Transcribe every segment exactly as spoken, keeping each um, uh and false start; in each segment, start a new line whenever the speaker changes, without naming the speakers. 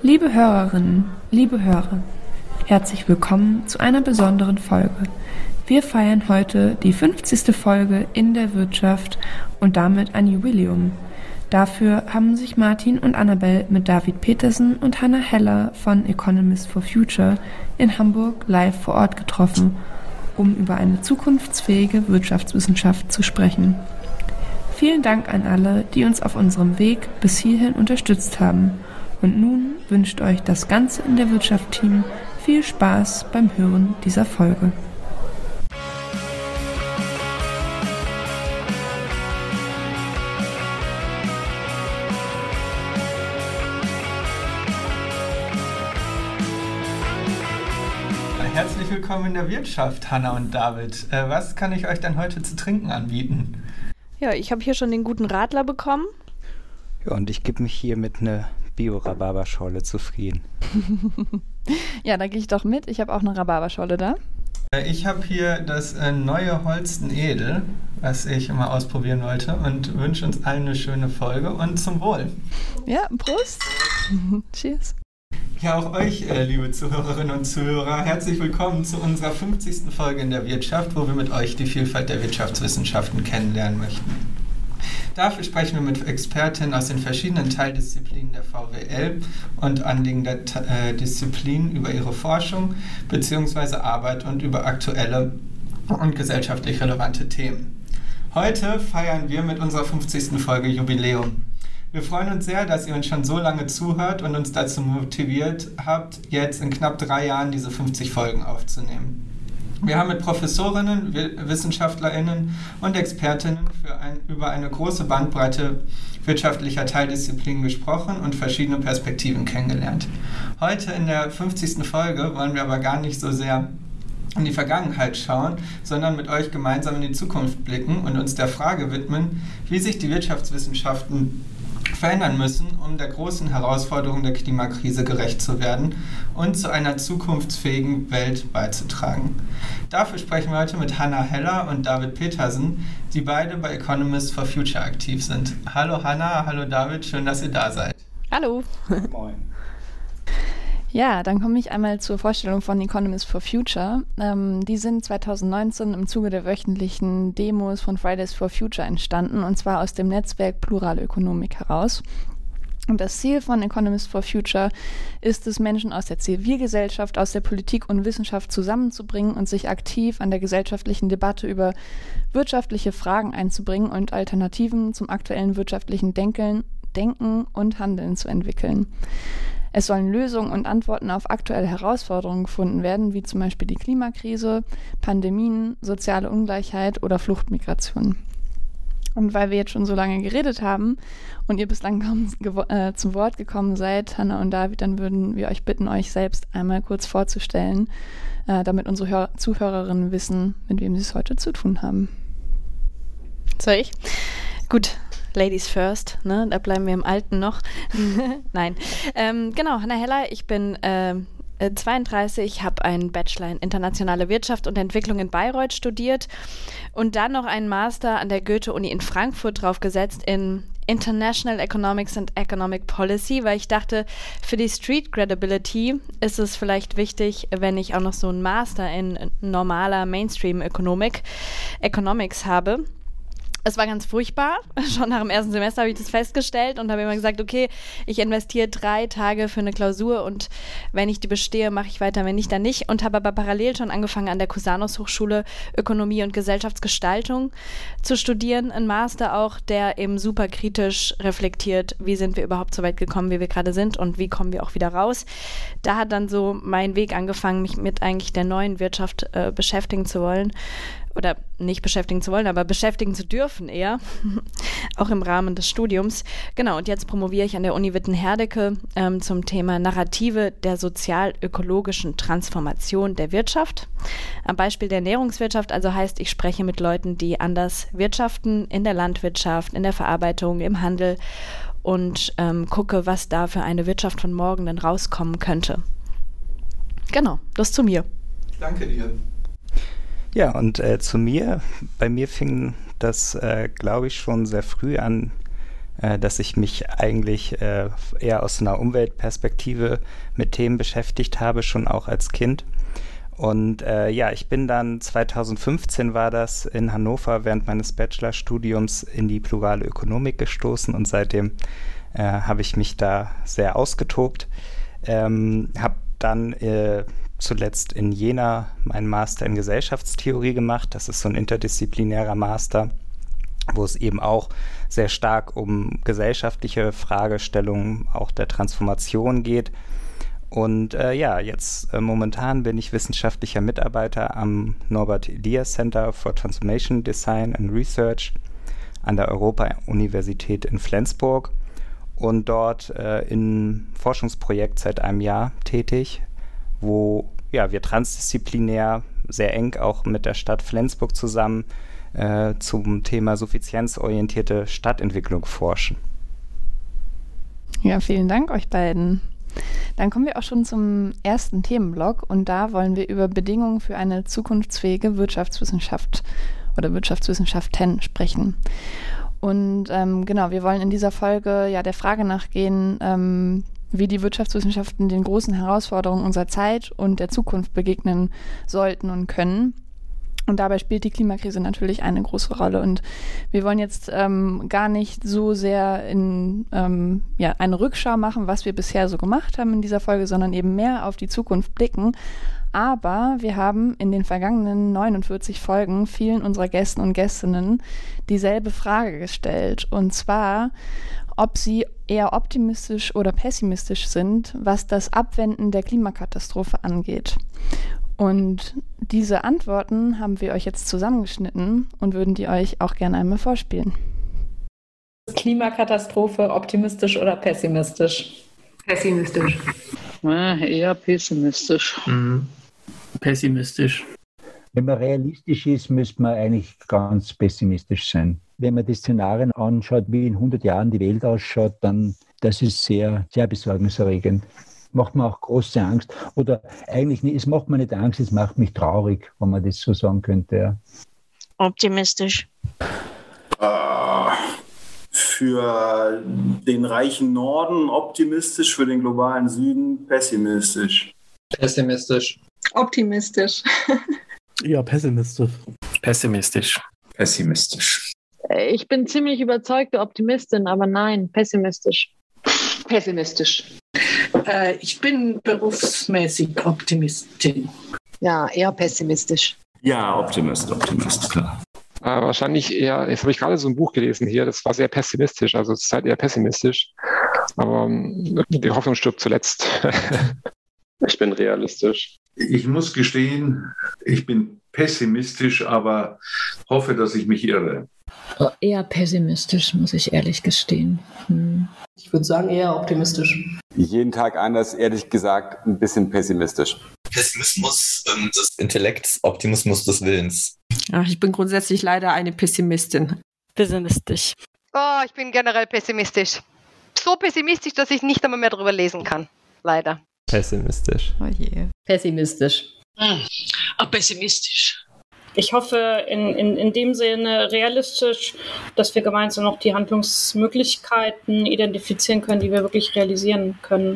Liebe Hörerinnen, liebe Hörer, herzlich willkommen zu einer besonderen Folge. Wir feiern heute die fünfzigste Folge in der Wirtschaft und damit ein Jubiläum. Dafür haben sich Martin und Annabel mit David Petersen und Hannah Heller von Economists for Future in Hamburg live vor Ort getroffen, um über eine zukunftsfähige Wirtschaftswissenschaft zu sprechen. Vielen Dank an alle, die uns auf unserem Weg bis hierhin unterstützt haben. Und nun wünscht euch das ganze In der Wirtschaft-Team viel Spaß beim Hören dieser Folge.
Herzlich willkommen in der Wirtschaft, Hannah und David. Äh, was kann ich euch denn heute zu trinken anbieten?
Ja, ich habe hier schon den guten Radler bekommen.
Ja, und ich gebe mich hier mit einer Bio-Rhabarberschorle zufrieden.
Ja, da gehe ich doch mit. Ich habe auch eine Rhabarberschorle da.
Ich habe hier das äh, neue Holsten Edel, was ich immer ausprobieren wollte, und wünsche uns allen eine schöne Folge und zum Wohl.
Ja, Prost. Cheers.
Ja, auch euch, äh, liebe Zuhörerinnen und Zuhörer, herzlich willkommen zu unserer fünfzigsten Folge in der Wirtschaft, wo wir mit euch die Vielfalt der Wirtschaftswissenschaften kennenlernen möchten. Dafür sprechen wir mit Expertinnen aus den verschiedenen Teildisziplinen der V W L und anliegender äh, Disziplinen über ihre Forschung bzw. Arbeit und über aktuelle und gesellschaftlich relevante Themen. Heute feiern wir mit unserer fünfzigsten Folge Jubiläum. Wir freuen uns sehr, dass ihr uns schon so lange zuhört und uns dazu motiviert habt, jetzt in knapp drei Jahren diese fünfzig Folgen aufzunehmen. Wir haben mit Professorinnen, WissenschaftlerInnen und Expertinnen für ein, über eine große Bandbreite wirtschaftlicher Teildisziplinen gesprochen und verschiedene Perspektiven kennengelernt. Heute in der fünfzigsten Folge wollen wir aber gar nicht so sehr in die Vergangenheit schauen, sondern mit euch gemeinsam in die Zukunft blicken und uns der Frage widmen, wie sich die Wirtschaftswissenschaften verändern müssen, um der großen Herausforderung der Klimakrise gerecht zu werden und zu einer zukunftsfähigen Welt beizutragen. Dafür sprechen wir heute mit Hannah Heller und David Petersen, die beide bei Economists for Future aktiv sind. Hallo Hannah, hallo David, schön, dass ihr da seid.
Hallo.
Moin.
Ja, dann komme ich einmal zur Vorstellung von Economists for Future. Ähm, die sind zweitausendneunzehn im Zuge der wöchentlichen Demos von Fridays for Future entstanden, und zwar aus dem Netzwerk Plurale Ökonomik heraus. Und das Ziel von Economists for Future ist es, Menschen aus der Zivilgesellschaft, aus der Politik und Wissenschaft zusammenzubringen und sich aktiv an der gesellschaftlichen Debatte über wirtschaftliche Fragen einzubringen und Alternativen zum aktuellen wirtschaftlichen Denken, Denken und Handeln zu entwickeln. Es sollen Lösungen und Antworten auf aktuelle Herausforderungen gefunden werden, wie zum Beispiel die Klimakrise, Pandemien, soziale Ungleichheit oder Fluchtmigration. Und weil wir jetzt schon so lange geredet haben und ihr bislang kaum gewo- äh, zum Wort gekommen seid, Hannah und David, dann würden wir euch bitten, euch selbst einmal kurz vorzustellen, äh, damit unsere Hör- Zuhörerinnen wissen, mit wem sie es heute zu tun haben.
Soll ich? Gut. Ladies first, ne? Da bleiben wir im Alten noch. Nein. Ähm, genau, Hannah Heller, ich bin äh, zweiunddreißig, ich habe einen Bachelor in internationale Wirtschaft und Entwicklung in Bayreuth studiert und dann noch einen Master an der Goethe-Uni in Frankfurt draufgesetzt in International Economics and Economic Policy, weil ich dachte, für die Street Credibility ist es vielleicht wichtig, wenn ich auch noch so einen Master in normaler Mainstream-Ökonomik, Economics habe. Es war ganz furchtbar. Schon nach dem ersten Semester habe ich das festgestellt und habe immer gesagt, okay, ich investiere drei Tage für eine Klausur und wenn ich die bestehe, mache ich weiter, wenn nicht, dann nicht. Und habe aber parallel schon angefangen, an der Cusanus Hochschule Ökonomie und Gesellschaftsgestaltung zu studieren. Ein Master auch, der eben super kritisch reflektiert, wie sind wir überhaupt so weit gekommen, wie wir gerade sind und wie kommen wir auch wieder raus. Da hat dann so mein Weg angefangen, mich mit eigentlich der neuen Wirtschaft äh, beschäftigen zu wollen. Oder nicht beschäftigen zu wollen, aber beschäftigen zu dürfen eher, auch im Rahmen des Studiums. Genau, und jetzt promoviere ich an der Uni Witten-Herdecke ähm, zum Thema Narrative der sozial-ökologischen Transformation der Wirtschaft. Am Beispiel der Ernährungswirtschaft, also heißt, ich spreche mit Leuten, die anders wirtschaften, in der Landwirtschaft, in der Verarbeitung, im Handel und ähm, gucke, was da für eine Wirtschaft von morgen dann rauskommen könnte. Genau, das zu mir.
Danke dir.
Ja, und äh, zu mir, bei mir fing das, äh, glaube ich, schon sehr früh an äh, dass ich mich eigentlich äh, eher aus einer Umweltperspektive mit Themen beschäftigt habe, schon auch als Kind. Und äh, ja, ich bin dann zweitausendfünfzehn war das in Hannover während meines Bachelorstudiums in die plurale Ökonomik gestoßen und seitdem äh, habe ich mich da sehr ausgetobt. Ähm, habe dann äh, zuletzt in Jena meinen Master in Gesellschaftstheorie gemacht. Das ist so ein interdisziplinärer Master, wo es eben auch sehr stark um gesellschaftliche Fragestellungen auch der Transformation geht. Und äh, ja, jetzt äh, momentan bin ich wissenschaftlicher Mitarbeiter am Norbert Elias Center for Transformation Design and Research an der Europa-Universität in Flensburg und dort äh, im Forschungsprojekt seit einem Jahr tätig, wo ja, wir transdisziplinär sehr eng auch mit der Stadt Flensburg zusammen äh, zum Thema suffizienzorientierte Stadtentwicklung forschen.
Ja, vielen Dank euch beiden. Dann kommen wir auch schon zum ersten Themenblock und da wollen wir über Bedingungen für eine zukunftsfähige Wirtschaftswissenschaft oder Wirtschaftswissenschaften sprechen. Und ähm, genau, wir wollen in dieser Folge ja der Frage nachgehen, ähm, wie die Wirtschaftswissenschaften den großen Herausforderungen unserer Zeit und der Zukunft begegnen sollten und können. Und dabei spielt die Klimakrise natürlich eine große Rolle. Und wir wollen jetzt ähm, gar nicht so sehr in ähm, ja, eine Rückschau machen, was wir bisher so gemacht haben in dieser Folge, sondern eben mehr auf die Zukunft blicken. Aber wir haben in den vergangenen neunundvierzig Folgen vielen unserer Gästen und Gästinnen dieselbe Frage gestellt. Und zwar, ob sie eher optimistisch oder pessimistisch sind, was das Abwenden der Klimakatastrophe angeht. Und diese Antworten haben wir euch jetzt zusammengeschnitten und würden die euch auch gerne einmal vorspielen.
Klimakatastrophe, optimistisch oder pessimistisch?
Pessimistisch.
Ja, eher pessimistisch.
Mhm. Pessimistisch.
Wenn man realistisch ist, müsste man eigentlich ganz pessimistisch sein. Wenn man die Szenarien anschaut, wie in hundert Jahren die Welt ausschaut, dann das ist sehr, sehr besorgniserregend. Macht mir auch große Angst. Oder eigentlich nicht, es macht mir nicht Angst, es macht mich traurig, wenn man das so sagen könnte. Ja.
Optimistisch.
Uh, für den reichen Norden optimistisch, für den globalen Süden pessimistisch.
Pessimistisch.
Optimistisch.
Ja, pessimistisch.
Pessimistisch.
Pessimistisch.
Ich bin ziemlich überzeugte Optimistin, aber nein, pessimistisch.
Pessimistisch.
Äh, ich bin berufsmäßig Optimistin.
Ja, eher pessimistisch.
Ja, Optimist, Optimist, klar.
Äh, wahrscheinlich eher, jetzt habe ich gerade so ein Buch gelesen hier, das war sehr pessimistisch, also es ist halt eher pessimistisch. Aber um, die Hoffnung stirbt zuletzt.
Ich bin realistisch.
Ich muss gestehen, ich bin pessimistisch, aber hoffe, dass ich mich irre.
Oh, eher pessimistisch, muss ich ehrlich gestehen. Hm.
Ich würde sagen, eher optimistisch.
Jeden Tag anders, ehrlich gesagt, ein bisschen pessimistisch.
Pessimismus ähm, des Intellekts, Optimismus des Willens.
Ach, ich bin grundsätzlich leider eine Pessimistin.
Pessimistisch.
Oh, ich bin generell pessimistisch. So pessimistisch, dass ich nicht einmal mehr darüber lesen kann. Leider.
Pessimistisch.
Oh je. Pessimistisch.
Hm. Ah, pessimistisch.
Ich hoffe in, in, in dem Sinne realistisch, dass wir gemeinsam noch die Handlungsmöglichkeiten identifizieren können, die wir wirklich realisieren können.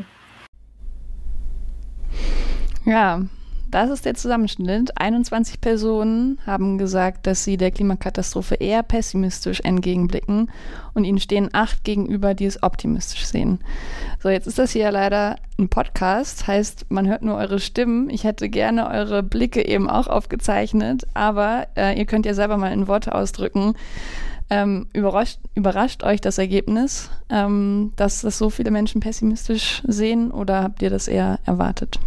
Ja, das ist der Zusammenschnitt. einundzwanzig Personen haben gesagt, dass sie der Klimakatastrophe eher pessimistisch entgegenblicken und ihnen stehen acht gegenüber, die es optimistisch sehen. So, jetzt ist das hier ja leider ein Podcast, heißt, man hört nur eure Stimmen. Ich hätte gerne eure Blicke eben auch aufgezeichnet, aber äh, ihr könnt ja selber mal in Worte ausdrücken. Ähm, überrascht, überrascht euch das Ergebnis, ähm, dass das so viele Menschen pessimistisch sehen, oder habt ihr das eher erwartet?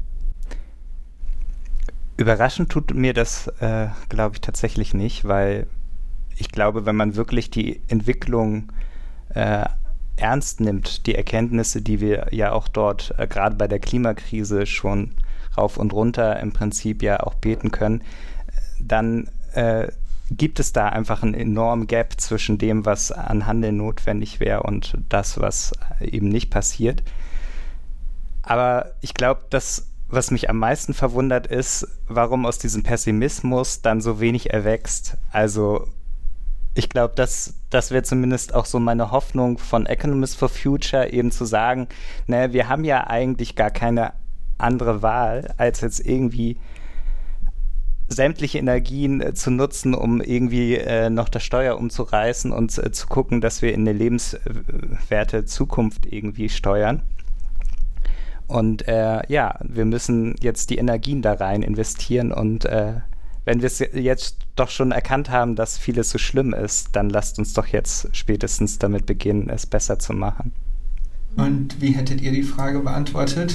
Überraschend tut mir das, äh, glaube ich, tatsächlich nicht, weil ich glaube, wenn man wirklich die Entwicklung äh, ernst nimmt, die Erkenntnisse, die wir ja auch dort äh, gerade bei der Klimakrise schon rauf und runter im Prinzip ja auch beten können, dann äh, gibt es da einfach einen enormen Gap zwischen dem, was an Handeln notwendig wäre und das, was eben nicht passiert. Aber ich glaube, dass was mich am meisten verwundert ist, warum aus diesem Pessimismus dann so wenig erwächst. Also ich glaube, das, das wäre zumindest auch so meine Hoffnung von Economists for Future, eben zu sagen, ne, wir haben ja eigentlich gar keine andere Wahl, als jetzt irgendwie sämtliche Energien äh, zu nutzen, um irgendwie äh, noch das Steuer umzureißen und äh, zu gucken, dass wir in eine lebenswerte Zukunft irgendwie steuern. Und äh, ja, wir müssen jetzt die Energien da rein investieren und äh, wenn wir es jetzt doch schon erkannt haben, dass vieles so schlimm ist, dann lasst uns doch jetzt spätestens damit beginnen, es besser zu machen.
Und wie hättet ihr die Frage beantwortet?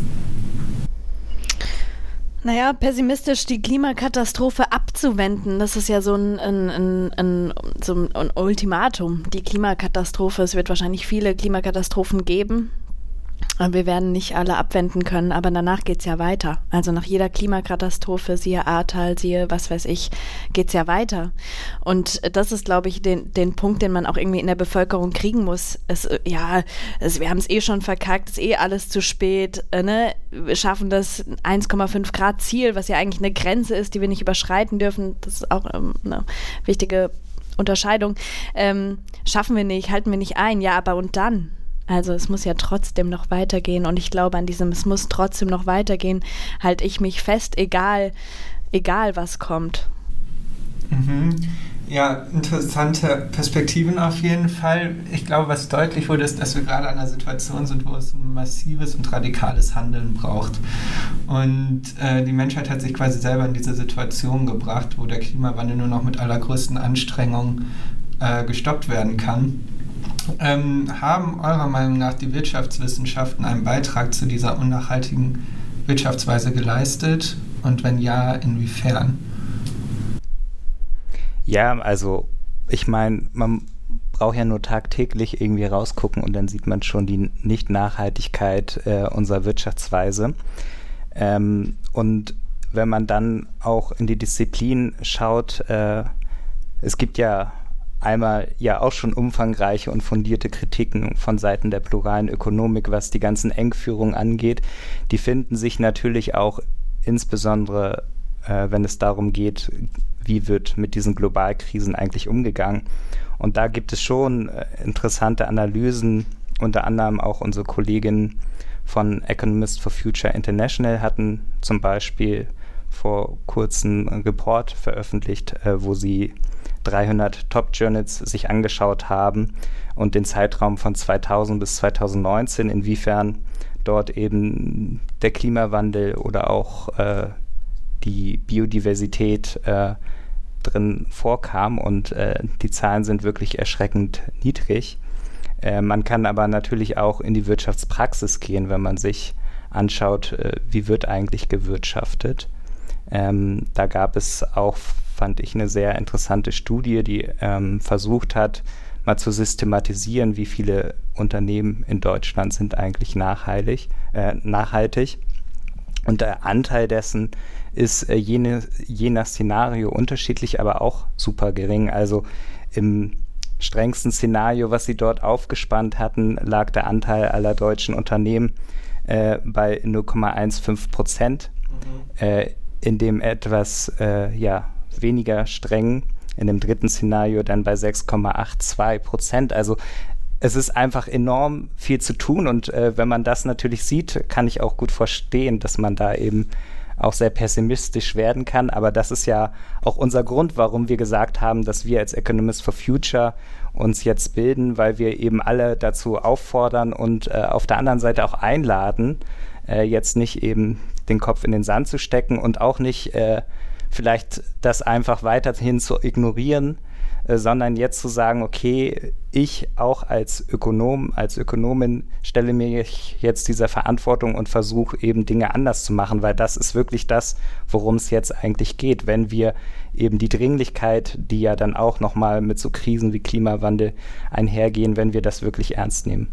Naja, pessimistisch die Klimakatastrophe abzuwenden, das ist ja so ein, ein, ein, ein, so ein Ultimatum. Die Klimakatastrophe, es wird wahrscheinlich viele Klimakatastrophen geben. Wir werden nicht alle abwenden können, aber danach geht's ja weiter. Also nach jeder Klimakatastrophe, siehe Ahrtal, siehe was weiß ich, geht's ja weiter. Und das ist, glaube ich, den, den Punkt, den man auch irgendwie in der Bevölkerung kriegen muss. Es, ja, es, wir haben es eh schon verkackt, es ist eh alles zu spät. Äh, ne? Wir schaffen das eins Komma fünf Grad Ziel, was ja eigentlich eine Grenze ist, die wir nicht überschreiten dürfen. Das ist auch ähm, eine wichtige Unterscheidung. Ähm, schaffen wir nicht, halten wir nicht ein. Ja, aber und dann? Also es muss ja trotzdem noch weitergehen und ich glaube an diesem, es muss trotzdem noch weitergehen, halte ich mich fest, egal, egal was kommt.
Mhm. Ja, interessante Perspektiven auf jeden Fall. Ich glaube, was deutlich wurde, ist, dass wir gerade an einer Situation sind, wo es ein massives und radikales Handeln braucht. Und äh, die Menschheit hat sich quasi selber in diese Situation gebracht, wo der Klimawandel nur noch mit allergrößten Anstrengungen äh, gestoppt werden kann. Ähm, haben eurer Meinung nach die Wirtschaftswissenschaften einen Beitrag zu dieser unnachhaltigen Wirtschaftsweise geleistet? Und wenn ja, inwiefern?
Ja, also ich meine, man braucht ja nur tagtäglich irgendwie rausgucken und dann sieht man schon die Nicht-Nachhaltigkeit äh, unserer Wirtschaftsweise. Ähm, und wenn man dann auch in die Disziplin schaut, äh, es gibt ja einmal ja auch schon umfangreiche und fundierte Kritiken von Seiten der pluralen Ökonomik, was die ganzen Engführungen angeht. Die finden sich natürlich auch insbesondere, äh, wenn es darum geht, wie wird mit diesen Globalkrisen eigentlich umgegangen. Und da gibt es schon äh, interessante Analysen, unter anderem auch unsere Kolleginnen von Economists for Future International hatten zum Beispiel vor kurzem einen Report veröffentlicht, äh, wo sie dreihundert Top-Journals sich angeschaut haben und den Zeitraum von zweitausend bis zweitausendneunzehn, inwiefern dort eben der Klimawandel oder auch äh, die Biodiversität äh, drin vorkam und äh, die Zahlen sind wirklich erschreckend niedrig. Äh, man kann aber natürlich auch in die Wirtschaftspraxis gehen, wenn man sich anschaut, äh, wie wird eigentlich gewirtschaftet. Ähm, da gab es auch, fand ich, eine sehr interessante Studie, die ähm, versucht hat, mal zu systematisieren, wie viele Unternehmen in Deutschland sind eigentlich nachhaltig. Äh, nachhaltig. Und der Anteil dessen ist äh, jene, je nach Szenario unterschiedlich, aber auch super gering. Also im strengsten Szenario, was sie dort aufgespannt hatten, lag der Anteil aller deutschen Unternehmen äh, bei null Komma fünfzehn Prozent. Mhm. Äh, in dem etwas äh, ja, weniger streng, in dem dritten Szenario dann bei sechs Komma zweiundachtzig Prozent. Also es ist einfach enorm viel zu tun und äh, wenn man das natürlich sieht, kann ich auch gut verstehen, dass man da eben auch sehr pessimistisch werden kann. Aber das ist ja auch unser Grund, warum wir gesagt haben, dass wir als Economists for Future uns jetzt bilden, weil wir eben alle dazu auffordern und äh, auf der anderen Seite auch einladen, äh, jetzt nicht eben den Kopf in den Sand zu stecken und auch nicht äh, vielleicht das einfach weiterhin zu ignorieren, äh, sondern jetzt zu sagen, okay, ich auch als Ökonom, als Ökonomin stelle mir jetzt dieser Verantwortung und versuche eben Dinge anders zu machen, weil das ist wirklich das, worum es jetzt eigentlich geht, wenn wir eben die Dringlichkeit, die ja dann auch nochmal mit so Krisen wie Klimawandel einhergehen, wenn wir das wirklich ernst nehmen.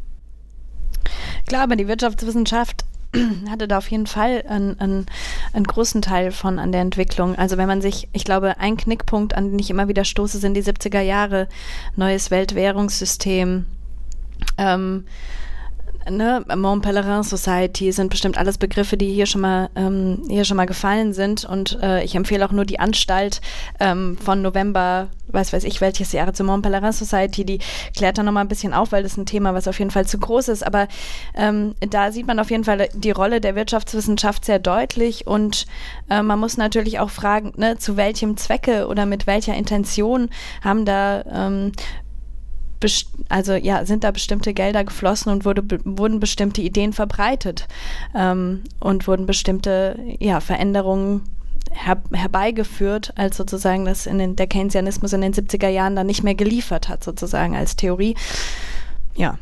Klar, aber die Wirtschaftswissenschaft hatte da auf jeden Fall einen, einen, einen großen Teil von an der Entwicklung. Also wenn man sich, ich glaube, ein Knickpunkt, an den ich immer wieder stoße, sind die siebziger Jahre, neues Weltwährungssystem. Ähm, ne, Mont Pelerin Society sind bestimmt alles Begriffe, die hier schon mal ähm, hier schon mal gefallen sind. Und äh, ich empfehle auch nur die Anstalt ähm, von November, weiß weiß ich welches Jahre zur Mont Pelerin Society, die klärt da nochmal ein bisschen auf, weil das ist ein Thema, was auf jeden Fall zu groß ist. Aber ähm, da sieht man auf jeden Fall die Rolle der Wirtschaftswissenschaft sehr deutlich. Und äh, man muss natürlich auch fragen, ne, zu welchem Zwecke oder mit welcher Intention haben da ähm, also ja, sind da bestimmte Gelder geflossen und wurde, wurden bestimmte Ideen verbreitet ähm, und wurden bestimmte ja, Veränderungen her, herbeigeführt, als sozusagen das in den, der Keynesianismus in den siebziger Jahren dann nicht mehr geliefert hat, sozusagen als Theorie. Ja.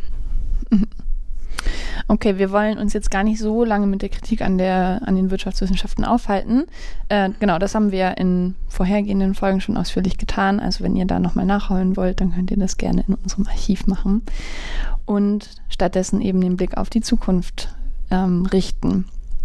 Okay, wir wollen uns jetzt gar nicht so lange mit der Kritik an, der, an den Wirtschaftswissenschaften aufhalten. Äh, genau, das haben wir in vorhergehenden Folgen schon ausführlich getan. Also wenn ihr da nochmal nachholen wollt, dann könnt ihr das gerne in unserem Archiv machen. Und stattdessen eben den Blick auf die Zukunft ähm, richten.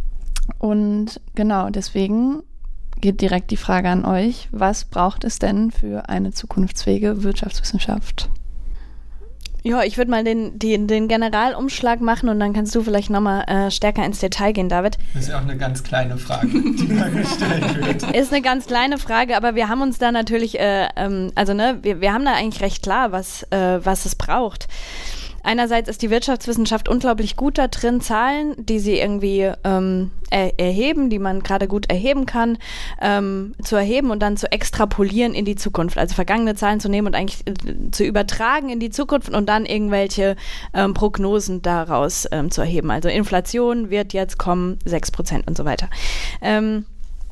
Und genau, deswegen geht direkt die Frage an euch. Was braucht es denn für eine zukunftsfähige Wirtschaftswissenschaft?
Ja, ich würde mal den, den, den Generalumschlag machen und dann kannst du vielleicht nochmal äh, stärker ins Detail gehen, David.
Das ist ja auch eine ganz kleine Frage, die da gestellt wird.
Ist eine ganz kleine Frage, aber wir haben uns da natürlich, äh, ähm, also ne, wir, wir haben da eigentlich recht klar, was, äh, was es braucht. Einerseits ist die Wirtschaftswissenschaft unglaublich gut da drin, Zahlen, die sie irgendwie ähm, er, erheben, die man gerade gut erheben kann, ähm, zu erheben und dann zu extrapolieren in die Zukunft. Also vergangene Zahlen zu nehmen und eigentlich äh, zu übertragen in die Zukunft und dann irgendwelche ähm, Prognosen daraus ähm, zu erheben. Also Inflation wird jetzt kommen, sechs Prozent und so weiter. Ähm,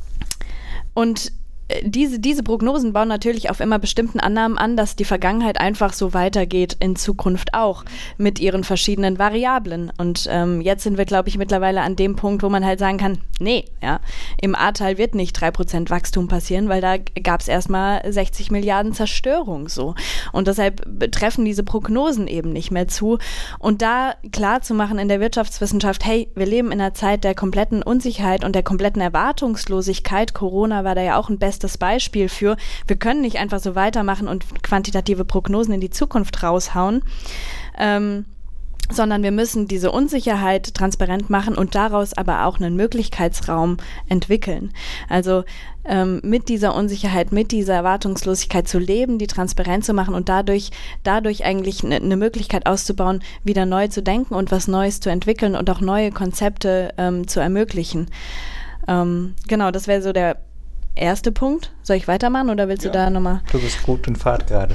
und Diese, diese Prognosen bauen natürlich auf immer bestimmten Annahmen an, dass die Vergangenheit einfach so weitergeht in Zukunft auch mit ihren verschiedenen Variablen. Und ähm, jetzt sind wir, glaube ich, mittlerweile an dem Punkt, wo man halt sagen kann, nee, ja, im Ahrtal wird nicht drei Prozent Wachstum passieren, weil da gab es erstmal sechzig Milliarden Zerstörung so. Und deshalb betreffen diese Prognosen eben nicht mehr zu. Und da klar zu machen in der Wirtschaftswissenschaft, hey, wir leben in einer Zeit der kompletten Unsicherheit und der kompletten Erwartungslosigkeit. Corona war da ja auch ein bestes das Beispiel für, wir können nicht einfach so weitermachen und quantitative Prognosen in die Zukunft raushauen, ähm, sondern wir müssen diese Unsicherheit transparent machen und daraus aber auch einen Möglichkeitsraum entwickeln. Also ähm, mit dieser Unsicherheit, mit dieser Erwartungslosigkeit zu leben, die transparent zu machen und dadurch, dadurch eigentlich eine ne Möglichkeit auszubauen, wieder neu zu denken und was Neues zu entwickeln und auch neue Konzepte ähm, zu ermöglichen. Ähm, genau, das wäre so der erste Punkt. Soll ich weitermachen oder willst ja. du da nochmal?
Du bist gut in Fahrt gerade.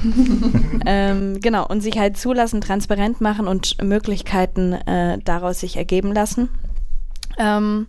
ähm, genau, und Sicherheit zulassen, transparent machen und Möglichkeiten äh, daraus sich ergeben lassen. Ähm,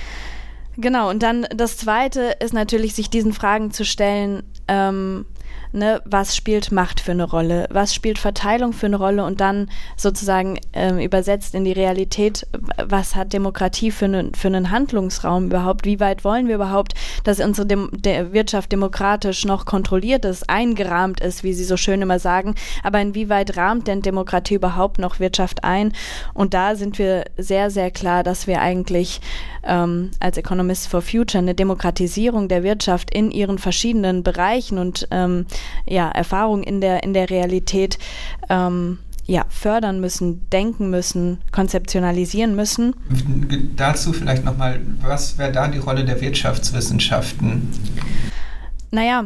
genau, und dann das Zweite ist natürlich, sich diesen Fragen zu stellen, ähm, ne, was spielt Macht für eine Rolle, was spielt Verteilung für eine Rolle und dann sozusagen ähm, übersetzt in die Realität, was hat Demokratie für, ne, für einen Handlungsraum überhaupt, wie weit wollen wir überhaupt, dass unsere Dem- der Wirtschaft demokratisch noch kontrolliert ist, eingerahmt ist, wie sie so schön immer sagen, aber inwieweit rahmt denn Demokratie überhaupt noch Wirtschaft ein? Und da sind wir sehr, sehr klar, dass wir eigentlich ähm, als Economists for Future eine Demokratisierung der Wirtschaft in ihren verschiedenen Bereichen und ähm, ja, Erfahrung in der, in der Realität ähm, ja, fördern müssen, denken müssen, konzeptionalisieren müssen.
Dazu vielleicht nochmal, was wäre da die Rolle der Wirtschaftswissenschaften?
Naja,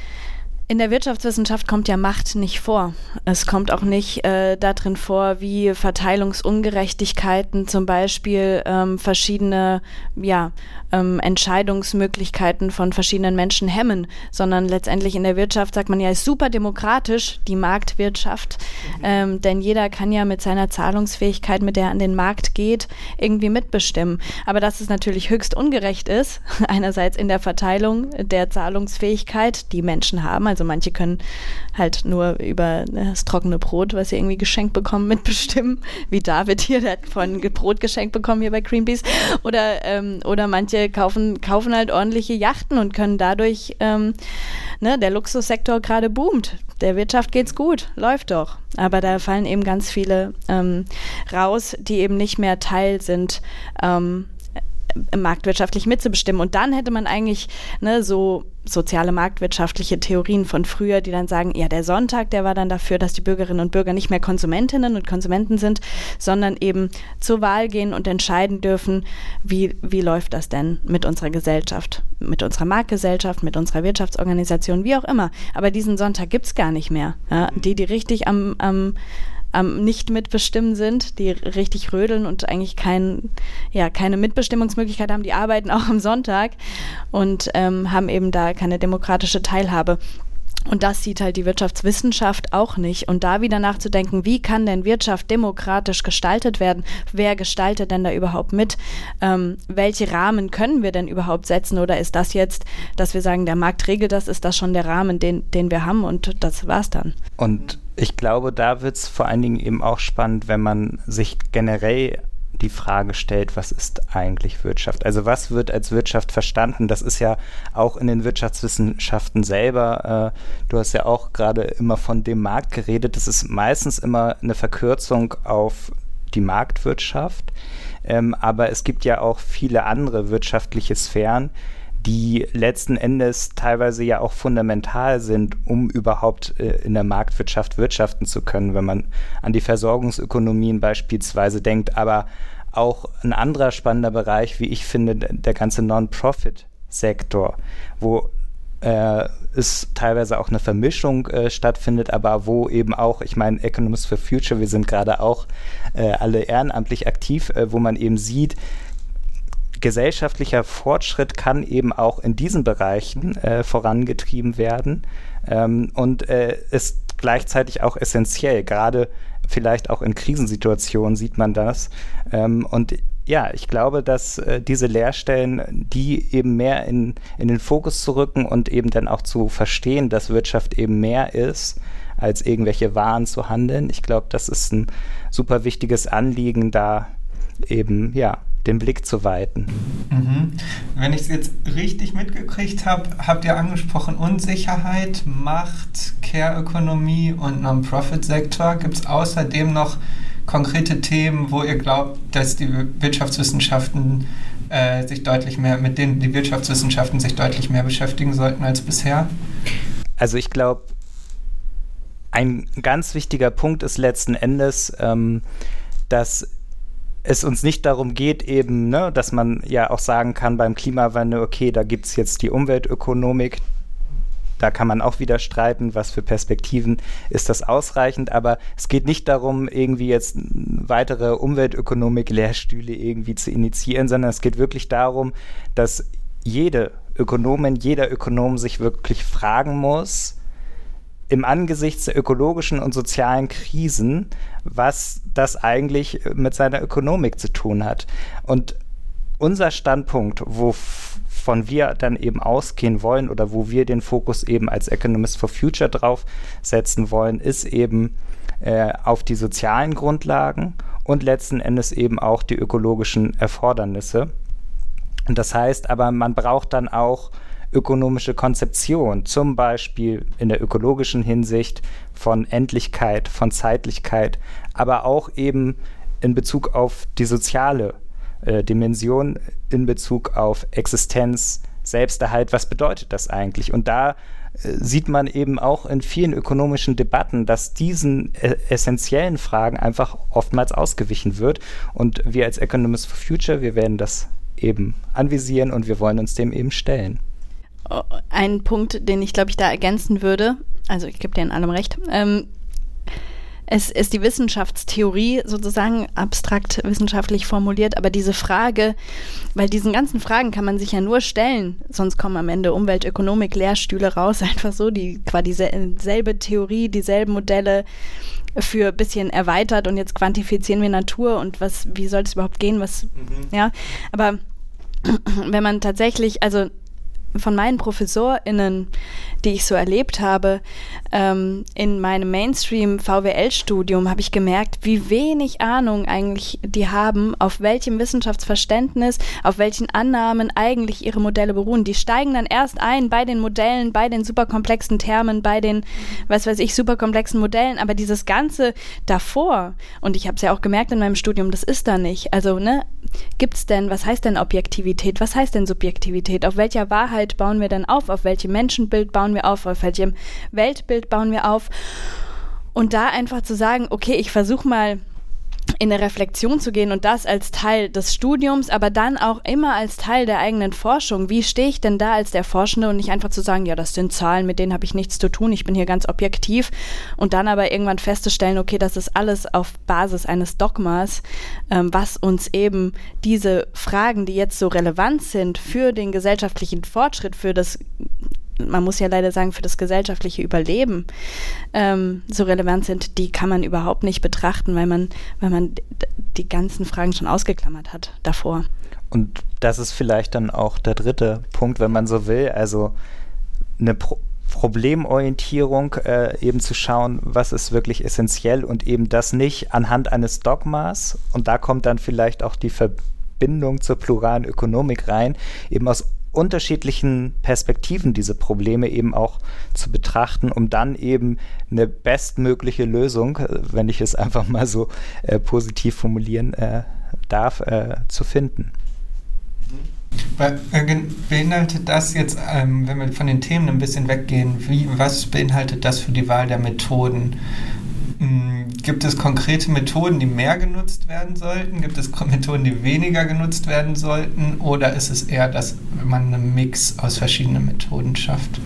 in der Wirtschaftswissenschaft kommt ja Macht nicht vor. Es kommt auch nicht äh, darin vor, wie Verteilungsungerechtigkeiten, zum Beispiel ähm, verschiedene ja, ähm, Entscheidungsmöglichkeiten von verschiedenen Menschen hemmen, sondern letztendlich in der Wirtschaft sagt man ja, ist super demokratisch, die Marktwirtschaft, mhm. ähm, denn jeder kann ja mit seiner Zahlungsfähigkeit, mit der er an den Markt geht, irgendwie mitbestimmen. Aber dass es natürlich höchst ungerecht ist, einerseits in der Verteilung der Zahlungsfähigkeit, die Menschen haben, also Also manche können halt nur über das trockene Brot, was sie irgendwie geschenkt bekommen, mitbestimmen. Wie David hier, der hat vorhin Brot geschenkt bekommen hier bei Greenpeace. Oder, ähm, oder manche kaufen, kaufen halt ordentliche Yachten und können dadurch, ähm, ne, der Luxussektor gerade boomt. Der Wirtschaft geht's gut, läuft doch. Aber da fallen eben ganz viele ähm, raus, die eben nicht mehr Teil sind, ähm, marktwirtschaftlich mitzubestimmen. Und dann hätte man eigentlich ne, so soziale marktwirtschaftliche Theorien von früher, die dann sagen, ja, der Sonntag, der war dann dafür, dass die Bürgerinnen und Bürger nicht mehr Konsumentinnen und Konsumenten sind, sondern eben zur Wahl gehen und entscheiden dürfen, wie, wie läuft das denn mit unserer Gesellschaft, mit unserer Marktgesellschaft, mit unserer Wirtschaftsorganisation, wie auch immer. Aber diesen Sonntag gibt es gar nicht mehr. Ja? Die, die richtig am, am Ähm, nicht mitbestimmen sind, die richtig rödeln und eigentlich kein, ja, keine Mitbestimmungsmöglichkeit haben, die arbeiten auch am Sonntag und ähm, haben eben da keine demokratische Teilhabe. Und das sieht halt die Wirtschaftswissenschaft auch nicht. Und da wieder nachzudenken, wie kann denn Wirtschaft demokratisch gestaltet werden? Wer gestaltet denn da überhaupt mit? Ähm, welche Rahmen können wir denn überhaupt setzen? Oder ist das jetzt, dass wir sagen, der Markt regelt das, ist das schon der Rahmen, den, den wir haben und das war's dann?
Und ich glaube, da wird es vor allen Dingen eben auch spannend, wenn man sich generell die Frage stellt, was ist eigentlich Wirtschaft? Also was wird als Wirtschaft verstanden? Das ist ja auch in den Wirtschaftswissenschaften selber, äh, du hast ja auch gerade immer von dem Markt geredet, das ist meistens immer eine Verkürzung auf die Marktwirtschaft, ähm, aber es gibt ja auch viele andere wirtschaftliche Sphären, die letzten Endes teilweise ja auch fundamental sind, um überhaupt äh, in der Marktwirtschaft wirtschaften zu können, wenn man an die Versorgungsökonomien beispielsweise denkt, aber auch ein anderer spannender Bereich, wie ich finde, der ganze Non-Profit-Sektor, wo äh, es teilweise auch eine Vermischung äh, stattfindet, aber wo eben auch, ich meine, Economists for Future, wir sind gerade auch äh, alle ehrenamtlich aktiv, äh, wo man eben sieht, gesellschaftlicher Fortschritt kann eben auch in diesen Bereichen äh, vorangetrieben werden ähm, und äh, ist gleichzeitig auch essentiell. Gerade vielleicht auch in Krisensituationen sieht man das. Ähm, und ja, ich glaube, dass äh, diese Lehrstellen, die eben mehr in, in den Fokus zu rücken und eben dann auch zu verstehen, dass Wirtschaft eben mehr ist, als irgendwelche Waren zu handeln. Ich glaube, das ist ein super wichtiges Anliegen, da eben, ja, den Blick zu weiten.
Mhm. Wenn ich es jetzt richtig mitgekriegt habe, habt ihr angesprochen Unsicherheit, Macht, Care-Ökonomie und Non-Profit-Sektor. Gibt es außerdem noch konkrete Themen, wo ihr glaubt, dass die Wirtschaftswissenschaften äh, sich deutlich mehr, mit denen die Wirtschaftswissenschaften sich deutlich mehr beschäftigen sollten als bisher?
Also ich glaube, ein ganz wichtiger Punkt ist letzten Endes, ähm, dass es uns nicht darum geht, eben, ne, dass man ja auch sagen kann beim Klimawandel, okay, da gibt es jetzt die Umweltökonomik, da kann man auch wieder streiten, was für Perspektiven ist das ausreichend, aber es geht nicht darum, irgendwie jetzt weitere Umweltökonomik-Lehrstühle irgendwie zu initiieren, sondern es geht wirklich darum, dass jede Ökonomin, jeder Ökonom sich wirklich fragen muss, im Angesichts der ökologischen und sozialen Krisen, was das eigentlich mit seiner Ökonomik zu tun hat. Und unser Standpunkt, wovon wir dann eben ausgehen wollen oder wo wir den Fokus eben als Economists for Future drauf setzen wollen, ist eben äh, auf die sozialen Grundlagen und letzten Endes eben auch die ökologischen Erfordernisse. Und das heißt aber, man braucht dann auch ökonomische Konzeption, zum Beispiel in der ökologischen Hinsicht von Endlichkeit, von Zeitlichkeit, aber auch eben in Bezug auf die soziale äh, Dimension, in Bezug auf Existenz, Selbsterhalt. Was bedeutet das eigentlich? Und da äh, sieht man eben auch in vielen ökonomischen Debatten, dass diesen äh, essentiellen Fragen einfach oftmals ausgewichen wird. Und wir als Economists for Future, wir werden das eben anvisieren und wir wollen uns dem eben stellen.
Ein Punkt, den ich, glaube ich, da ergänzen würde, also ich gebe dir in allem recht, ähm, es ist die Wissenschaftstheorie sozusagen abstrakt wissenschaftlich formuliert, aber diese Frage, weil diesen ganzen Fragen kann man sich ja nur stellen, sonst kommen am Ende Umweltökonomik-Lehrstühle raus, einfach so, die quasi dieselbe Theorie, dieselben Modelle für ein bisschen erweitert und jetzt quantifizieren wir Natur und was, wie soll es überhaupt gehen, was, mhm. ja, aber wenn man tatsächlich, also von meinen ProfessorInnen, die ich so erlebt habe, ähm, in meinem Mainstream-V W L-Studium, habe ich gemerkt, wie wenig Ahnung eigentlich die haben, auf welchem Wissenschaftsverständnis, auf welchen Annahmen eigentlich ihre Modelle beruhen. Die steigen dann erst ein bei den Modellen, bei den superkomplexen Termen, bei den, was weiß ich, superkomplexen Modellen, aber dieses Ganze davor, und ich habe es ja auch gemerkt in meinem Studium, das ist da nicht. Also, ne, gibt's denn, was heißt denn Objektivität, was heißt denn Subjektivität, auf welcher Wahrheit bauen wir denn auf, auf welchem Menschenbild bauen wir auf, auf welchem Weltbild bauen wir auf, und da einfach zu sagen, okay, ich versuche mal in eine Reflexion zu gehen und das als Teil des Studiums, aber dann auch immer als Teil der eigenen Forschung. Wie stehe ich denn da als der Forschende und nicht einfach zu sagen, ja, das sind Zahlen, mit denen habe ich nichts zu tun, ich bin hier ganz objektiv, und dann aber irgendwann festzustellen, okay, das ist alles auf Basis eines Dogmas, ähm, was uns eben diese Fragen, die jetzt so relevant sind für den gesellschaftlichen Fortschritt, für das, man muss ja leider sagen, für das gesellschaftliche Überleben ähm, so relevant sind, die kann man überhaupt nicht betrachten, weil man, weil man die ganzen Fragen schon ausgeklammert hat davor.
Und das ist vielleicht dann auch der dritte Punkt, wenn man so will, also eine Pro- Problemorientierung, äh, eben zu schauen, was ist wirklich essentiell, und eben das nicht anhand eines Dogmas, und da kommt dann vielleicht auch die Verbindung zur pluralen Ökonomik rein, eben aus unterschiedlichen Perspektiven diese Probleme eben auch zu betrachten, um dann eben eine bestmögliche Lösung, wenn ich es einfach mal so äh, positiv formulieren äh, darf, äh, zu finden.
Beinhaltet das jetzt, ähm, wenn wir von den Themen ein bisschen weggehen, wie, was beinhaltet das für die Wahl der Methoden? Gibt es konkrete Methoden, die mehr genutzt werden sollten? Gibt es Methoden, die weniger genutzt werden sollten? Oder ist es eher, dass man einen Mix aus verschiedenen Methoden schafft?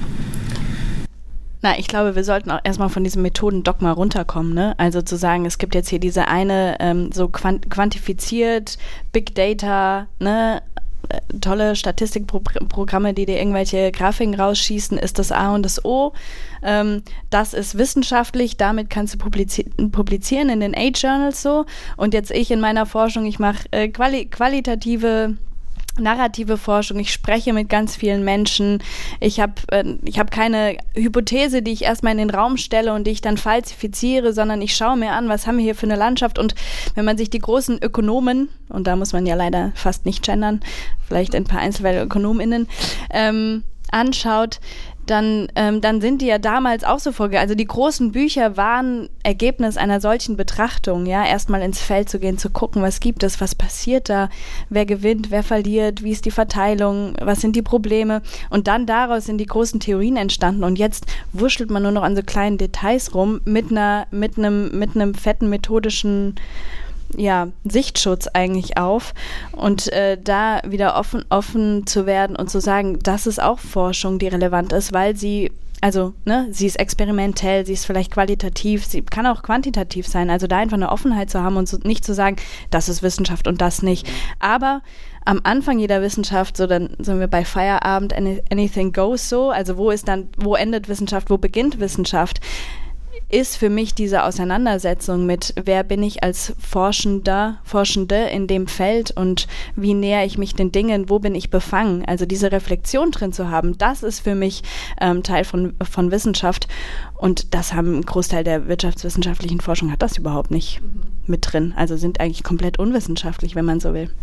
Na, ich glaube, wir sollten auch erstmal von diesem Methodendogma runterkommen, ne? Also zu sagen, es gibt jetzt hier diese eine ähm, so quant- quantifiziert, Big Data, ne? Tolle Statistikprogramme, die dir irgendwelche Grafiken rausschießen, ist das A und das O. Ähm, das ist wissenschaftlich, damit kannst du publizi- publizieren in den A-Journals so. Und jetzt ich in meiner Forschung, ich mache äh, quali- qualitative narrative Forschung, ich spreche mit ganz vielen Menschen, ich habe äh, ich hab keine Hypothese, die ich erstmal in den Raum stelle und die ich dann falsifiziere, sondern ich schaue mir an, was haben wir hier für eine Landschaft, und wenn man sich die großen Ökonomen, und da muss man ja leider fast nicht gendern, vielleicht ein paar Einzelfälle ÖkonomInnen, ähm, anschaut, dann, ähm, dann sind die ja damals auch so vorgegangen. Also die großen Bücher waren Ergebnis einer solchen Betrachtung, ja, erstmal ins Feld zu gehen, zu gucken, was gibt es, was passiert da, wer gewinnt, wer verliert, wie ist die Verteilung, was sind die Probleme, und dann daraus sind die großen Theorien entstanden, und jetzt wurschtelt man nur noch an so kleinen Details rum mit einer, mit einem, mit einem fetten methodischen ja, Sichtschutz eigentlich auf, und äh, da wieder offen, offen zu werden und zu sagen, das ist auch Forschung, die relevant ist, weil sie, also, ne, sie ist experimentell, sie ist vielleicht qualitativ, sie kann auch quantitativ sein, also da einfach eine Offenheit zu haben und so, nicht zu sagen, das ist Wissenschaft und das nicht. Aber am Anfang jeder Wissenschaft, so dann sind wir bei Feierabend, anything goes so, also wo ist dann, wo endet Wissenschaft, wo beginnt Wissenschaft, ist für mich diese Auseinandersetzung mit, wer bin ich als Forschender, Forschende in dem Feld und wie näher ich mich den Dingen, wo bin ich befangen, also diese Reflexion drin zu haben, das ist für mich ähm, Teil von, von Wissenschaft, und das haben ein Großteil der wirtschaftswissenschaftlichen Forschung hat das überhaupt nicht mhm. mit drin, also sind eigentlich komplett unwissenschaftlich, wenn man so will.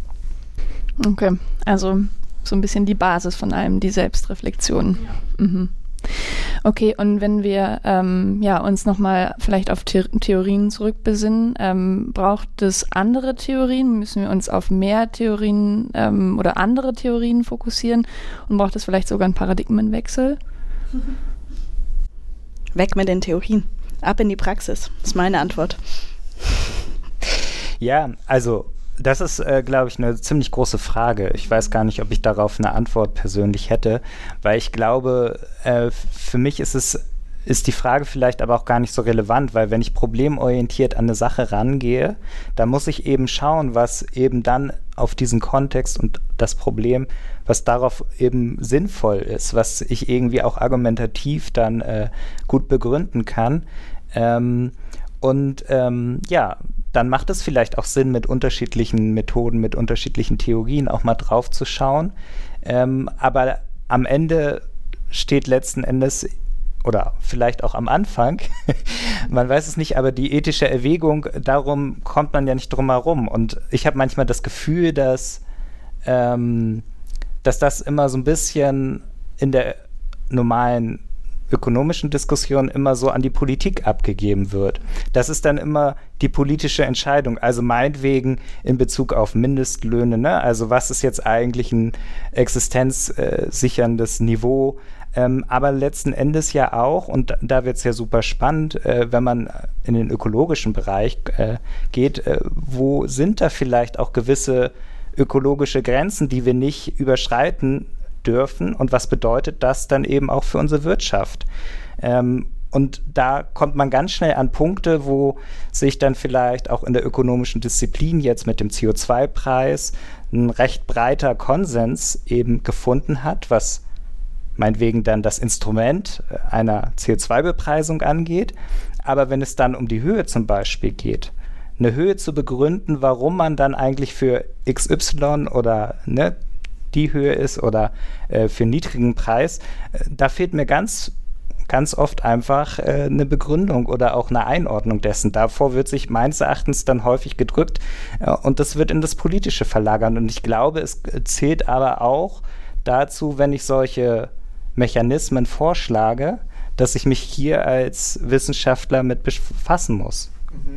Okay, also so ein bisschen die Basis von allem, die Selbstreflexion. Ja. Mhm. Okay, und wenn wir ähm, ja, uns nochmal vielleicht auf The- Theorien zurückbesinnen, ähm, braucht es andere Theorien? Müssen wir uns auf mehr Theorien ähm, oder andere Theorien fokussieren? Und braucht es vielleicht sogar einen Paradigmenwechsel?
Weg mit den Theorien. Ab in die Praxis, ist meine Antwort.
Ja, also das ist, äh, glaube ich, eine ziemlich große Frage. Ich weiß gar nicht, ob ich darauf eine Antwort persönlich hätte, weil ich glaube, äh, für mich ist es ist die Frage vielleicht aber auch gar nicht so relevant, weil wenn ich problemorientiert an eine Sache rangehe, dann muss ich eben schauen, was eben dann auf diesen Kontext und das Problem, was darauf eben sinnvoll ist, was ich irgendwie auch argumentativ dann äh, gut begründen kann. Ähm, und ähm, ja, dann macht es vielleicht auch Sinn, mit unterschiedlichen Methoden, mit unterschiedlichen Theorien auch mal drauf zu schauen. Ähm, aber am Ende steht letzten Endes, oder vielleicht auch am Anfang, man weiß es nicht, aber die ethische Erwägung, darum kommt man ja nicht drum herum. Und ich habe manchmal das Gefühl, dass, ähm, dass das immer so ein bisschen in der normalen ökonomischen Diskussion immer so an die Politik abgegeben wird. Das ist dann immer die politische Entscheidung, also meinetwegen in Bezug auf Mindestlöhne, ne? Also was ist jetzt eigentlich ein existenzsicherndes Niveau, ähm, aber letzten Endes ja auch, und da wird es ja super spannend, äh, wenn man in den ökologischen Bereich äh, geht, äh, wo sind da vielleicht auch gewisse ökologische Grenzen, die wir nicht überschreiten dürfen, und was bedeutet das dann eben auch für unsere Wirtschaft? Ähm, und da kommt man ganz schnell an Punkte, wo sich dann vielleicht auch in der ökonomischen Disziplin jetzt mit dem C O zwei Preis ein recht breiter Konsens eben gefunden hat, was meinetwegen dann das Instrument einer C O zwei Bepreisung angeht. Aber wenn es dann um die Höhe zum Beispiel geht, eine Höhe zu begründen, warum man dann eigentlich für X Y oder ne, die Höhe ist oder äh, für einen niedrigen Preis, äh, da fehlt mir ganz, ganz oft einfach äh, eine Begründung oder auch eine Einordnung dessen. Davor wird sich meines Erachtens dann häufig gedrückt äh, und das wird in das Politische verlagern. Und ich glaube, es zählt aber auch dazu, wenn ich solche Mechanismen vorschlage, dass ich mich hier als Wissenschaftler mit befassen muss.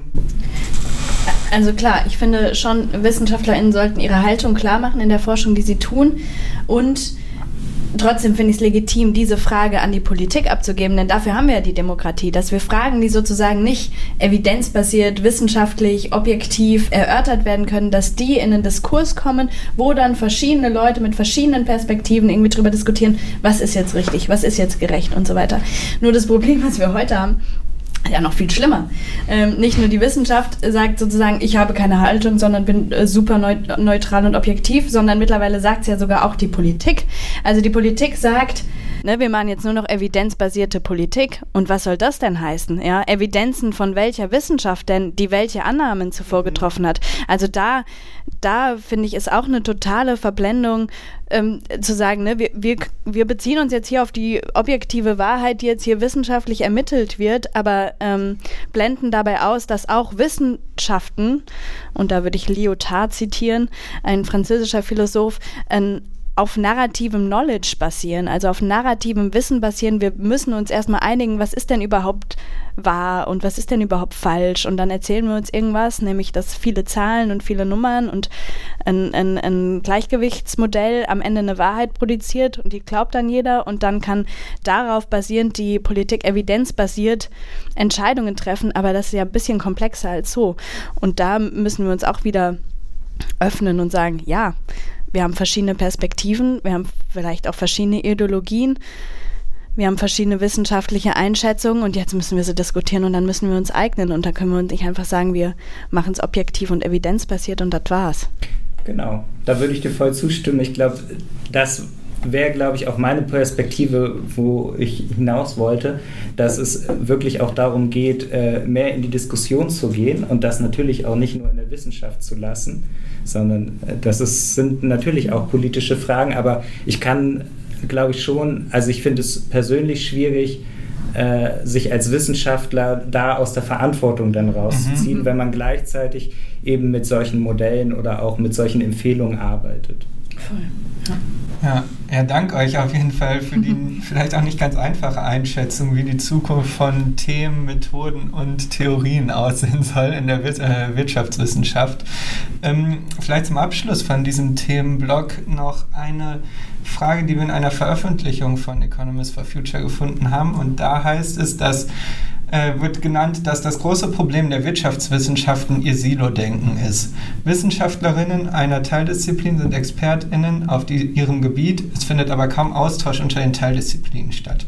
Also klar, ich finde schon, WissenschaftlerInnen sollten ihre Haltung klar machen in der Forschung, die sie tun, und trotzdem finde ich es legitim, diese Frage an die Politik abzugeben, denn dafür haben wir ja die Demokratie, dass wir Fragen, die sozusagen nicht evidenzbasiert, wissenschaftlich, objektiv erörtert werden können, dass die in einen Diskurs kommen, wo dann verschiedene Leute mit verschiedenen Perspektiven irgendwie drüber diskutieren, was ist jetzt richtig, was ist jetzt gerecht und so weiter. Nur das Problem, was wir heute haben, ja, noch viel schlimmer. Ähm, nicht nur die Wissenschaft sagt sozusagen, ich habe keine Haltung, sondern bin äh, super neut- neutral und objektiv, sondern mittlerweile sagt es ja sogar auch die Politik. Also die Politik sagt, ne, wir machen jetzt nur noch evidenzbasierte Politik. Und was soll das denn heißen? Ja, Evidenzen von welcher Wissenschaft denn, die welche Annahmen zuvor getroffen hat. Also da, da finde ich, ist auch eine totale Verblendung, ähm, zu sagen, ne, wir, wir, wir beziehen uns jetzt hier auf die objektive Wahrheit, die jetzt hier wissenschaftlich ermittelt wird, aber ähm, blenden dabei aus, dass auch Wissenschaften, und da würde ich Lyotard zitieren, ein französischer Philosoph, ein auf narrativem Knowledge basieren, also auf narrativem Wissen basieren. Wir müssen uns erstmal einigen, was ist denn überhaupt wahr und was ist denn überhaupt falsch, und dann erzählen wir uns irgendwas, nämlich dass viele Zahlen und viele Nummern und ein, ein, ein Gleichgewichtsmodell am Ende eine Wahrheit produziert, und die glaubt dann jeder, und dann kann darauf basierend die Politik evidenzbasiert Entscheidungen treffen, aber das ist ja ein bisschen komplexer als so, und da müssen wir uns auch wieder öffnen und sagen, ja, wir haben verschiedene Perspektiven, wir haben vielleicht auch verschiedene Ideologien, wir haben verschiedene wissenschaftliche Einschätzungen, und jetzt müssen wir sie diskutieren, und dann müssen wir uns eignen, und dann können wir uns nicht einfach sagen, wir machen es objektiv und evidenzbasiert und das war's.
Genau, da würde ich dir voll zustimmen. Ich glaube, das wäre, glaube ich, auch meine Perspektive, wo ich hinaus wollte, dass es wirklich auch darum geht, mehr in die Diskussion zu gehen und das natürlich auch nicht nur in der Wissenschaft zu lassen, sondern das ist, sind natürlich auch politische Fragen, aber ich kann, glaube ich schon, also ich finde es persönlich schwierig, äh, sich als Wissenschaftler da aus der Verantwortung dann rauszuziehen, mhm. wenn man gleichzeitig eben mit solchen Modellen oder auch mit solchen Empfehlungen arbeitet.
Voll. Ja.
Ja, ja, danke euch auf jeden Fall für die vielleicht auch nicht ganz einfache Einschätzung, wie die Zukunft von Themen, Methoden und Theorien aussehen soll in der Wir- äh, Wirtschaftswissenschaft. Ähm, vielleicht zum Abschluss von diesem Themenblock noch eine Frage, die wir in einer Veröffentlichung von Economists for Future gefunden haben, und da heißt es, dass wird genannt, dass das große Problem der Wirtschaftswissenschaften ihr Silo-Denken ist. Wissenschaftlerinnen einer Teildisziplin sind ExpertInnen auf die, ihrem Gebiet, es findet aber kaum Austausch unter den Teildisziplinen statt.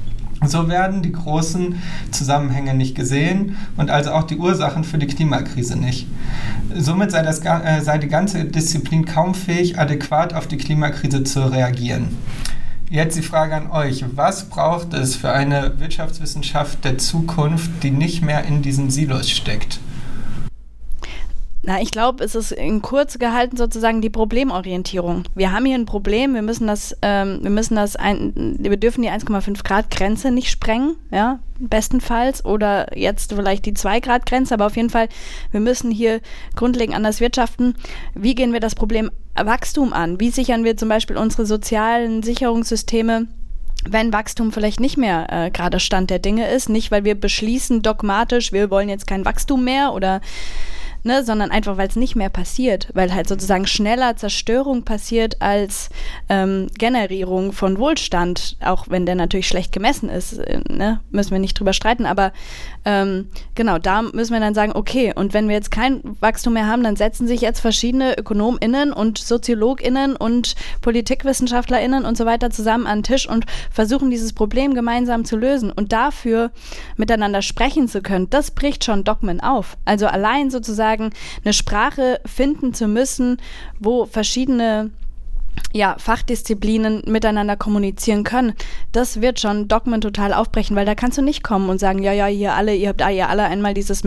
So werden die großen Zusammenhänge nicht gesehen und also auch die Ursachen für die Klimakrise nicht. Somit sei, das, äh, sei die ganze Disziplin kaum fähig, adäquat auf die Klimakrise zu reagieren. Jetzt die Frage an euch. Was braucht es für eine Wirtschaftswissenschaft der Zukunft, die nicht mehr in diesen Silos steckt?
Na, ich glaube, es ist in kurz gehalten sozusagen die Problemorientierung. Wir haben hier ein Problem, wir müssen das, ähm, wir müssen das, ein, wir dürfen die eins Komma fünf Grad Grenze nicht sprengen, ja, bestenfalls, oder jetzt vielleicht die zwei Grad Grenze, aber auf jeden Fall, wir müssen hier grundlegend anders wirtschaften. Wie gehen wir das Problem Wachstum an? Wie sichern wir zum Beispiel unsere sozialen Sicherungssysteme, wenn Wachstum vielleicht nicht mehr äh, gerade Stand der Dinge ist? Nicht, weil wir beschließen dogmatisch, wir wollen jetzt kein Wachstum mehr oder Ne, sondern einfach, weil es nicht mehr passiert, weil halt sozusagen schneller Zerstörung passiert als ähm, Generierung von Wohlstand, auch wenn der natürlich schlecht gemessen ist, äh, ne, müssen wir nicht drüber streiten, aber ähm, genau, da müssen wir dann sagen, okay, und wenn wir jetzt kein Wachstum mehr haben, dann setzen sich jetzt verschiedene ÖkonomInnen und SoziologInnen und PolitikwissenschaftlerInnen und so weiter zusammen an den Tisch und versuchen, dieses Problem gemeinsam zu lösen, und dafür miteinander sprechen zu können, das bricht schon Dogmen auf. Also allein sozusagen eine Sprache finden zu müssen, wo verschiedene ja, Fachdisziplinen miteinander kommunizieren können, das wird schon Dogmen total aufbrechen, weil da kannst du nicht kommen und sagen, ja, ja, ihr alle, ihr habt ihr alle einmal dieses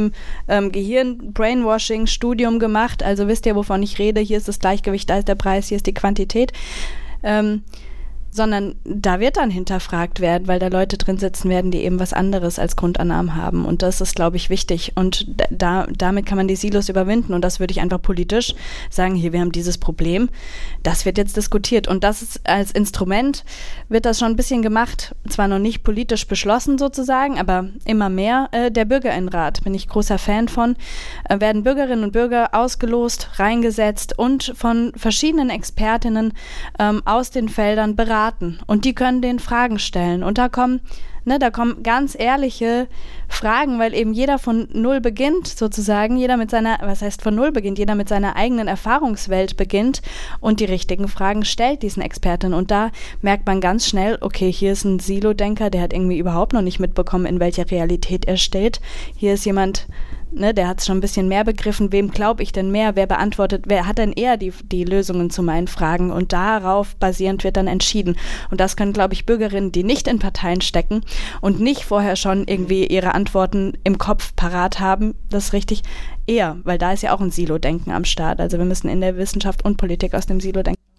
Mainstream-Gehirn-Brainwashing-Studium gemacht, also wisst ihr, wovon ich rede, hier ist das Gleichgewicht, da ist der Preis, hier ist die Quantität. Ähm, sondern da wird dann hinterfragt werden, weil da Leute drin sitzen werden, die eben was anderes als Grundannahmen haben, und das ist, glaube ich, wichtig, und da, damit kann man die Silos überwinden, und das würde ich einfach politisch sagen, hier, wir haben dieses Problem, das wird jetzt diskutiert, und das ist als Instrument, wird das schon ein bisschen gemacht, zwar noch nicht politisch beschlossen sozusagen, aber immer mehr, äh, der Bürgerinnenrat, bin ich großer Fan von, äh, werden Bürgerinnen und Bürger ausgelost, reingesetzt und von verschiedenen Expertinnen ähm, aus den Feldern beraten. Und die können denen Fragen stellen. Und da kommen, ne, da kommen ganz ehrliche Fragen, weil eben jeder von Null beginnt, sozusagen. Jeder mit seiner, was heißt von Null beginnt? Jeder mit seiner eigenen Erfahrungswelt beginnt und die richtigen Fragen stellt diesen Experten. Und da merkt man ganz schnell, okay, hier ist ein Silo-Denker, der hat irgendwie überhaupt noch nicht mitbekommen, in welcher Realität er steht. Hier ist jemand, ne, der hat es schon ein bisschen mehr begriffen, wem glaube ich denn mehr, wer beantwortet, wer hat denn eher die, die Lösungen zu meinen Fragen, und darauf basierend wird dann entschieden. Und das können, glaube ich, Bürgerinnen, die nicht in Parteien stecken und nicht vorher schon irgendwie ihre Antworten im Kopf parat haben, das ist richtig, eher, weil da ist ja auch ein Silo-Denken am Start. Also wir müssen in der Wissenschaft und Politik aus dem Silo denken.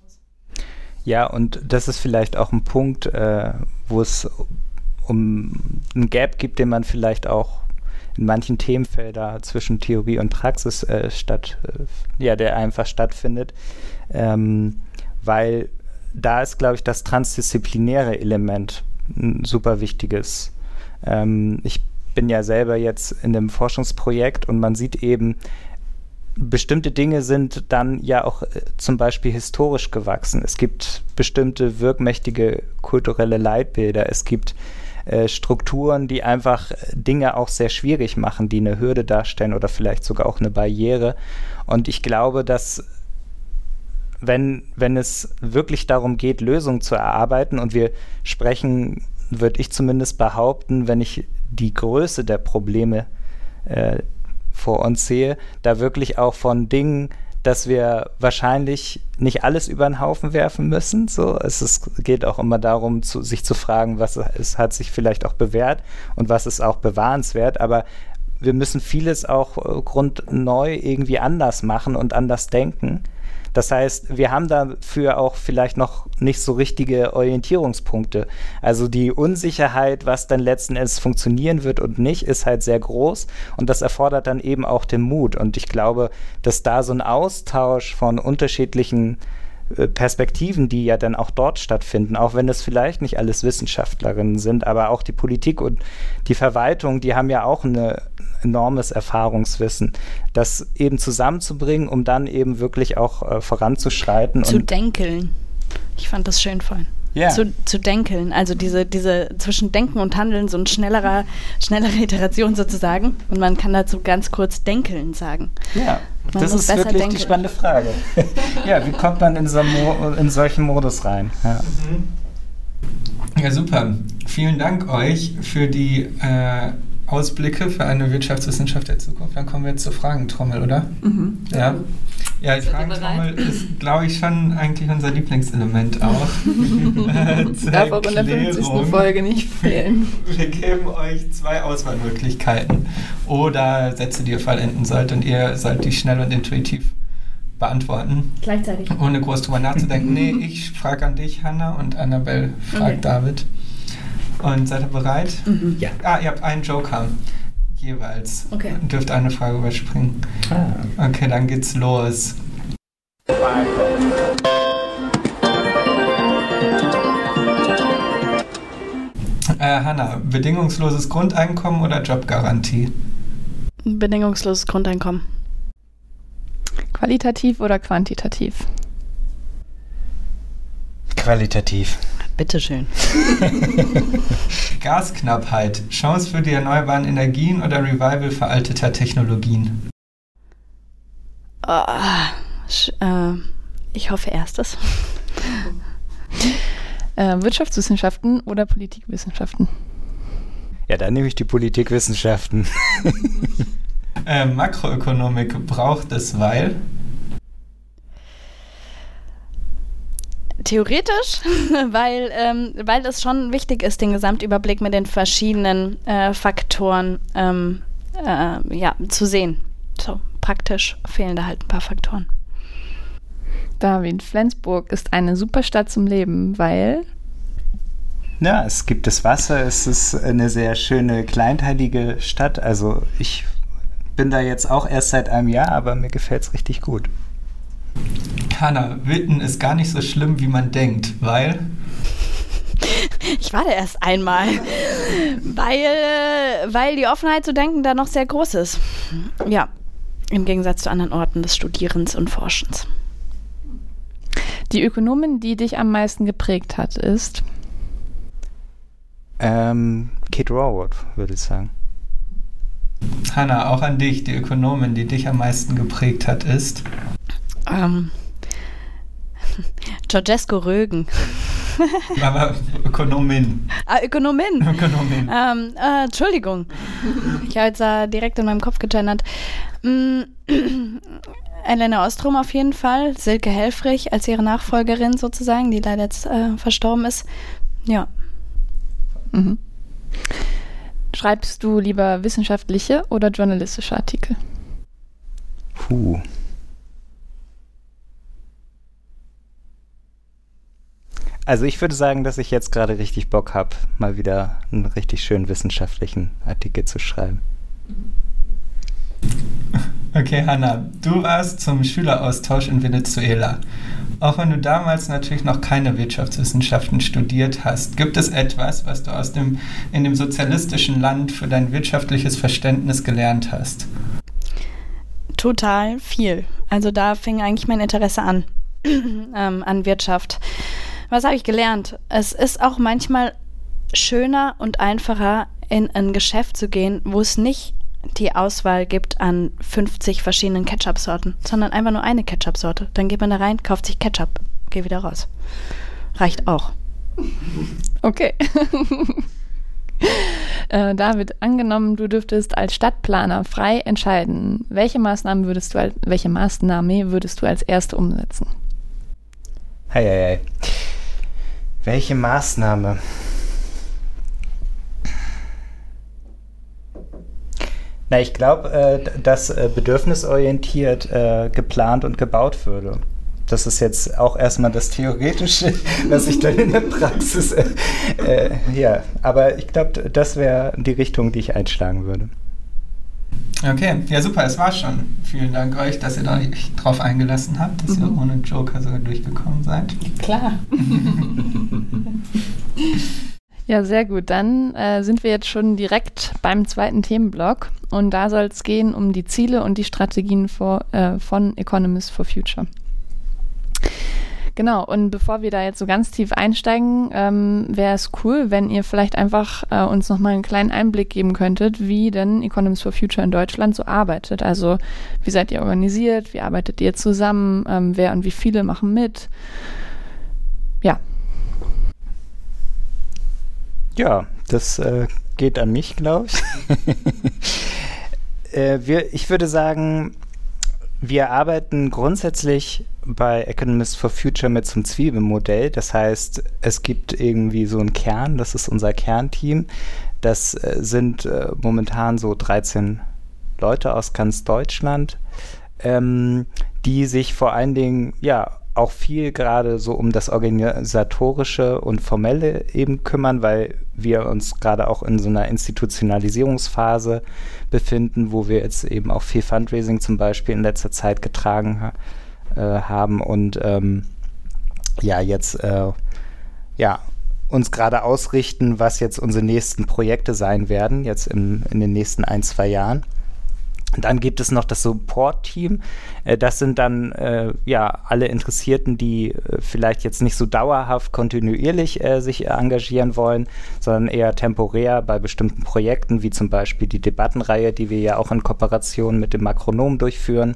Ja, und das ist vielleicht auch ein Punkt, äh, wo es um einen Gap gibt, den man vielleicht auch in manchen Themenfeldern zwischen Theorie und Praxis äh, statt, äh, ja, der einfach stattfindet, ähm, weil da ist, glaube ich, das transdisziplinäre Element ein super wichtiges. Ähm, ich bin ja selber jetzt in einem Forschungsprojekt, und man sieht eben, bestimmte Dinge sind dann ja auch äh, zum Beispiel historisch gewachsen. Es gibt bestimmte wirkmächtige kulturelle Leitbilder, es gibt Strukturen, die einfach Dinge auch sehr schwierig machen, die eine Hürde darstellen oder vielleicht sogar auch eine Barriere. Und ich glaube, dass wenn, wenn es wirklich darum geht, Lösungen zu erarbeiten, und wir sprechen, würde ich zumindest behaupten, wenn ich die Größe der Probleme äh, vor uns sehe, da wirklich auch von Dingen, dass wir wahrscheinlich nicht alles über den Haufen werfen müssen. So, es ist, geht auch immer darum, zu, sich zu fragen, was ist, hat sich vielleicht auch bewährt und was ist auch bewahrenswert. Aber wir müssen vieles auch grundneu irgendwie anders machen und anders denken. Das heißt, wir haben dafür auch vielleicht noch nicht so richtige Orientierungspunkte. Also die Unsicherheit, was dann letzten Endes funktionieren wird und nicht, ist halt sehr groß, und das erfordert dann eben auch den Mut. Und ich glaube, dass da so ein Austausch von unterschiedlichen Perspektiven, die ja dann auch dort stattfinden, auch wenn es vielleicht nicht alles Wissenschaftlerinnen sind, aber auch die Politik und die Verwaltung, die haben ja auch ein enormes Erfahrungswissen, das eben zusammenzubringen, um dann eben wirklich auch äh, voranzuschreiten.
Zu denkeln. Ich fand das schön vorhin. Yeah. Zu, zu denkeln, also diese, diese zwischen Denken und Handeln, so ein schnellerer, schnellere Iteration sozusagen, und man kann dazu ganz kurz denkeln sagen.
Ja, man das ist wirklich denkeln. Die spannende Frage. Ja, wie kommt man in, so Mo- in solchen Modus rein? Ja.
Ja, super. Vielen Dank euch für die äh, Ausblicke für eine Wirtschaftswissenschaft der Zukunft. Dann kommen wir jetzt zur Fragentrommel, oder?
Mhm.
Ja. Ja, die Fragentrommel ist, glaube ich, schon eigentlich unser Lieblingselement auch.
Darf auch in der fünfzigsten Folge nicht fehlen.
Wir geben euch zwei Auswahlmöglichkeiten oder Sätze, die ihr vollenden sollt, und ihr sollt die schnell und intuitiv beantworten.
Gleichzeitig.
Ohne groß drüber nachzudenken. Nee, ich frage an dich, Hanna, und Annabelle fragt okay. David. Und seid ihr bereit?
Mhm.
Ja. Ah, ihr habt einen Joker jeweils.
Okay.
Und dürft eine Frage überspringen.
Ah.
Okay, dann geht's los. Äh, Hanna, bedingungsloses Grundeinkommen oder Jobgarantie?
Bedingungsloses Grundeinkommen. Qualitativ oder quantitativ?
Qualitativ.
Bitteschön.
Gasknappheit, Chance für die erneuerbaren Energien oder Revival veralteter Technologien?
Oh, äh, ich hoffe erstes. äh, Wirtschaftswissenschaften oder Politikwissenschaften?
Ja, dann nehme ich die Politikwissenschaften.
äh, Makroökonomik braucht es, weil...
Theoretisch, weil, ähm, weil es schon wichtig ist, den Gesamtüberblick mit den verschiedenen äh, Faktoren ähm, äh, ja, zu sehen. So, praktisch fehlen da halt ein paar Faktoren. David, Flensburg ist eine super Stadt zum Leben, weil...
Ja, es gibt das Wasser, es ist eine sehr schöne, kleinteilige Stadt. Also ich bin da jetzt auch erst seit einem Jahr, aber mir gefällt es richtig gut.
Hanna, Witten ist gar nicht so schlimm, wie man denkt, weil...
Ich war da erst einmal, weil, weil die Offenheit zu denken da noch sehr groß ist. Ja, im Gegensatz zu anderen Orten des Studierens und Forschens. Die Ökonomin, die dich am meisten geprägt hat, ist...
Ähm, Kate Raworth, würde ich sagen.
Hanna, auch an dich, die Ökonomin, die dich am meisten geprägt hat, ist...
Ähm, Georgescu Rögen.
Aber Ökonomin.
Ah, Ökonomin.
Ökonomin.
Ähm, äh, Entschuldigung. Ich habe jetzt da direkt in meinem Kopf gegendert. Mm, Elena Ostrom auf jeden Fall. Silke Helfrich als ihre Nachfolgerin sozusagen, die leider jetzt äh, verstorben ist. Ja. Mhm. Schreibst du lieber wissenschaftliche oder journalistische Artikel?
Puh. Also ich würde sagen, dass ich jetzt gerade richtig Bock habe, mal wieder einen richtig schönen wissenschaftlichen Artikel zu schreiben.
Okay, Hanna, du warst zum Schüleraustausch in Venezuela. Auch wenn du damals natürlich noch keine Wirtschaftswissenschaften studiert hast, gibt es etwas, was du aus dem, in dem sozialistischen Land für dein wirtschaftliches Verständnis gelernt hast?
Total viel. Also da fing eigentlich mein Interesse an, ähm, an Wirtschaft. Was habe ich gelernt? Es ist auch manchmal schöner und einfacher, in ein Geschäft zu gehen, wo es nicht die Auswahl gibt an fünfzig verschiedenen Ketchup-Sorten, sondern einfach nur eine Ketchup-Sorte. Dann geht man da rein, kauft sich Ketchup, geht wieder raus. Reicht auch. Okay. äh, David, angenommen, du dürftest als Stadtplaner frei entscheiden, welche Maßnahmen würdest du, welche Maßnahme würdest du als erste umsetzen?
Hei, hei, hei. Welche Maßnahme? Na, ich glaube, äh, dass äh, bedürfnisorientiert äh, geplant und gebaut würde. Das ist jetzt auch erstmal das Theoretische, was ich dann in der Praxis, äh, äh, ja, aber ich glaube, das wäre die Richtung, die ich einschlagen würde.
Okay, ja super, es war's schon. Vielen Dank euch, dass ihr da drauf eingelassen habt, dass mhm. ihr ohne Joker sogar durchgekommen seid.
Klar. Ja, sehr gut. Dann äh, sind wir jetzt schon direkt beim zweiten Themenblock und da soll es gehen um die Ziele und die Strategien vor, äh, von Economists for Future. Genau, und bevor wir da jetzt so ganz tief einsteigen, ähm, wäre es cool, wenn ihr vielleicht einfach äh, uns nochmal einen kleinen Einblick geben könntet, wie denn Economists for Future in Deutschland so arbeitet. Also wie seid ihr organisiert, wie arbeitet ihr zusammen, ähm, wer und wie viele machen mit? Ja.
Ja, das äh, geht an mich, glaube ich. äh, wir, ich würde sagen, wir arbeiten grundsätzlich bei Economists for Future mit so einem Zwiebelmodell. Das heißt, es gibt irgendwie so einen Kern, das ist unser Kernteam. Das äh, sind äh, momentan so dreizehn Leute aus ganz Deutschland, ähm, die sich vor allen Dingen, ja, auch viel gerade so um das Organisatorische und Formelle eben kümmern, weil wir uns gerade auch in so einer Institutionalisierungsphase befinden, wo wir jetzt eben auch viel Fundraising zum Beispiel in letzter Zeit getragen äh, haben und ähm, ja, jetzt äh, ja, uns gerade ausrichten, was jetzt unsere nächsten Projekte sein werden, jetzt im, in den nächsten ein, zwei Jahren. Dann gibt es noch das Support-Team. Äh, das sind dann äh, ja alle Interessierten, die äh, vielleicht jetzt nicht so dauerhaft kontinuierlich äh, sich engagieren wollen, sondern eher temporär bei bestimmten Projekten, wie zum Beispiel die Debattenreihe, die wir ja auch in Kooperation mit dem Makronom durchführen.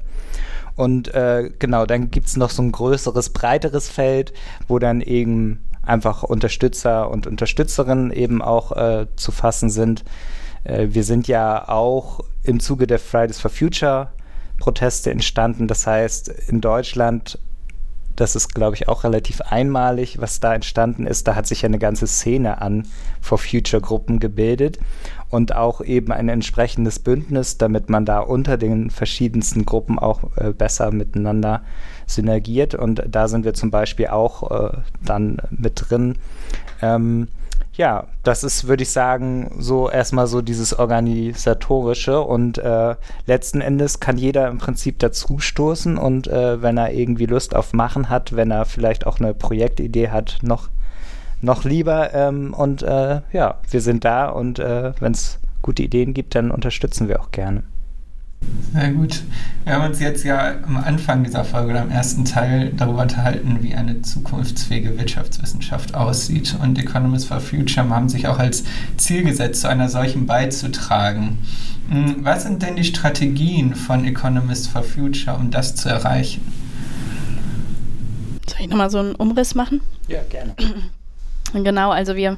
Und äh, genau, dann gibt es noch so ein größeres, breiteres Feld, wo dann eben einfach Unterstützer und Unterstützerinnen eben auch äh, zu fassen sind. Äh, wir sind ja auch im Zuge der Fridays for Future Proteste entstanden. Das heißt, in Deutschland, das ist, glaube ich, auch relativ einmalig, was da entstanden ist. Da hat sich ja eine ganze Szene an For Future Gruppen gebildet und auch eben ein entsprechendes Bündnis, damit man da unter den verschiedensten Gruppen auch äh, besser miteinander synergiert. Und da sind wir zum Beispiel auch äh, dann mit drin. Ähm, Ja, das ist, würde ich sagen, so erstmal so dieses Organisatorische und äh, letzten Endes kann jeder im Prinzip dazu stoßen und äh, wenn er irgendwie Lust auf Machen hat, wenn er vielleicht auch eine Projektidee hat, noch, noch lieber ähm, und äh, ja, wir sind da und äh, wenn es gute Ideen gibt, dann unterstützen wir auch gerne.
Sehr gut. Wir haben uns jetzt ja am Anfang dieser Folge oder im ersten Teil darüber unterhalten, wie eine zukunftsfähige Wirtschaftswissenschaft aussieht. Und Economists for Future haben sich auch als Ziel gesetzt, zu einer solchen beizutragen. Was sind denn die Strategien von Economists for Future, um das zu erreichen?
Soll ich nochmal so einen Umriss machen?
Ja, gerne.
Genau, also wir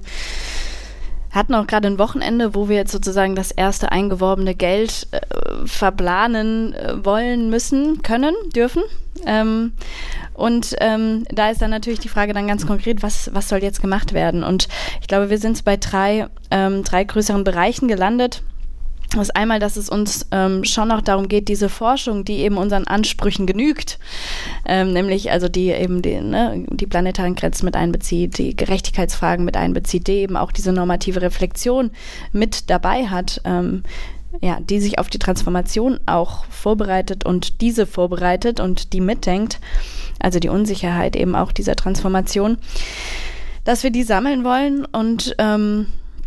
hatten auch gerade ein Wochenende, wo wir jetzt sozusagen das erste eingeworbene Geld äh, verplanen äh, wollen, müssen, können, dürfen. Ähm, und ähm, da ist dann natürlich die Frage dann ganz konkret, was, was soll jetzt gemacht werden? Und ich glaube, wir sind bei drei, ähm, drei größeren Bereichen gelandet. Das ist einmal, dass es uns ähm, schon noch darum geht, diese Forschung, die eben unseren Ansprüchen genügt, ähm, nämlich also die eben die, ne, die planetaren Grenzen mit einbezieht, die Gerechtigkeitsfragen mit einbezieht, die eben auch diese normative Reflexion mit dabei hat, ähm, ja, die sich auf die Transformation auch vorbereitet und diese vorbereitet und die mitdenkt, also die Unsicherheit eben auch dieser Transformation, dass wir die sammeln wollen und ähm,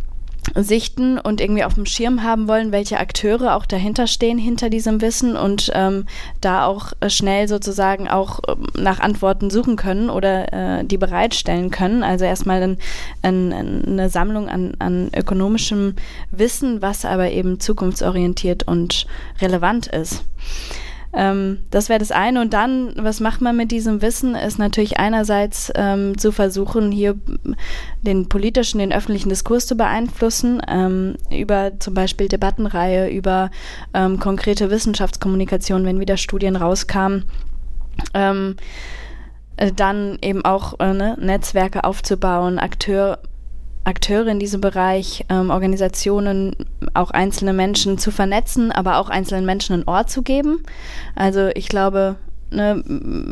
sichten und irgendwie auf dem Schirm haben wollen, welche Akteure auch dahinter stehen, hinter diesem Wissen und ähm, da auch äh, schnell sozusagen auch äh, nach Antworten suchen können oder äh, die bereitstellen können. Also erstmal ein, ein, eine Sammlung an, an ökonomischem Wissen, was aber eben zukunftsorientiert und relevant ist. Ähm, das wäre das eine. Und dann, was macht man mit diesem Wissen, ist natürlich einerseits ähm, zu versuchen, hier den politischen, den öffentlichen Diskurs zu beeinflussen, ähm, über zum Beispiel Debattenreihe, über ähm, konkrete Wissenschaftskommunikation, wenn wieder Studien rauskamen. Ähm, äh, dann eben auch äh, ne, Netzwerke aufzubauen, Akteur Akteure in diesem Bereich, ähm, Organisationen, auch einzelne Menschen zu vernetzen, aber auch einzelnen Menschen ein Ohr zu geben. Also ich glaube, ne,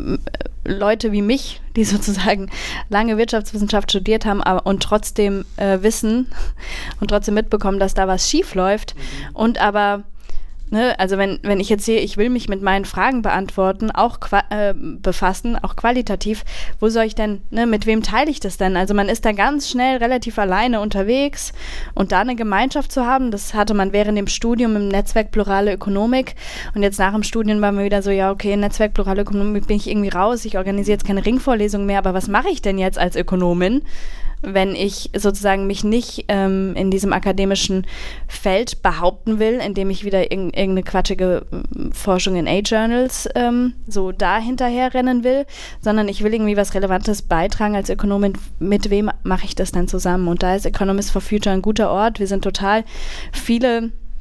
Leute wie mich, die sozusagen lange Wirtschaftswissenschaft studiert haben aber, und trotzdem äh, wissen und trotzdem mitbekommen, dass da was schief läuft mhm. und aber Ne, also wenn, wenn ich jetzt sehe, ich will mich mit meinen Fragen beantworten, auch äh, befassen, auch qualitativ, wo soll ich denn, ne, mit wem teile ich das denn? Also man ist da ganz schnell relativ alleine unterwegs und da eine Gemeinschaft zu haben, das hatte man während dem Studium im Netzwerk Plurale Ökonomik und jetzt nach dem Studium war man wieder so, ja okay, Netzwerk Plurale Ökonomik bin ich irgendwie raus, ich organisiere jetzt keine Ringvorlesung mehr, aber was mache ich denn jetzt als Ökonomin, wenn ich sozusagen mich nicht ähm, in diesem akademischen Feld behaupten will, indem ich wieder irg- irgendeine quatschige Forschung in A-Journals ähm, so da hinterher rennen will, sondern ich will irgendwie was Relevantes beitragen als Ökonomin. Mit wem mache ich das dann zusammen? Und da ist Economists for Future ein guter Ort. Wir sind total viele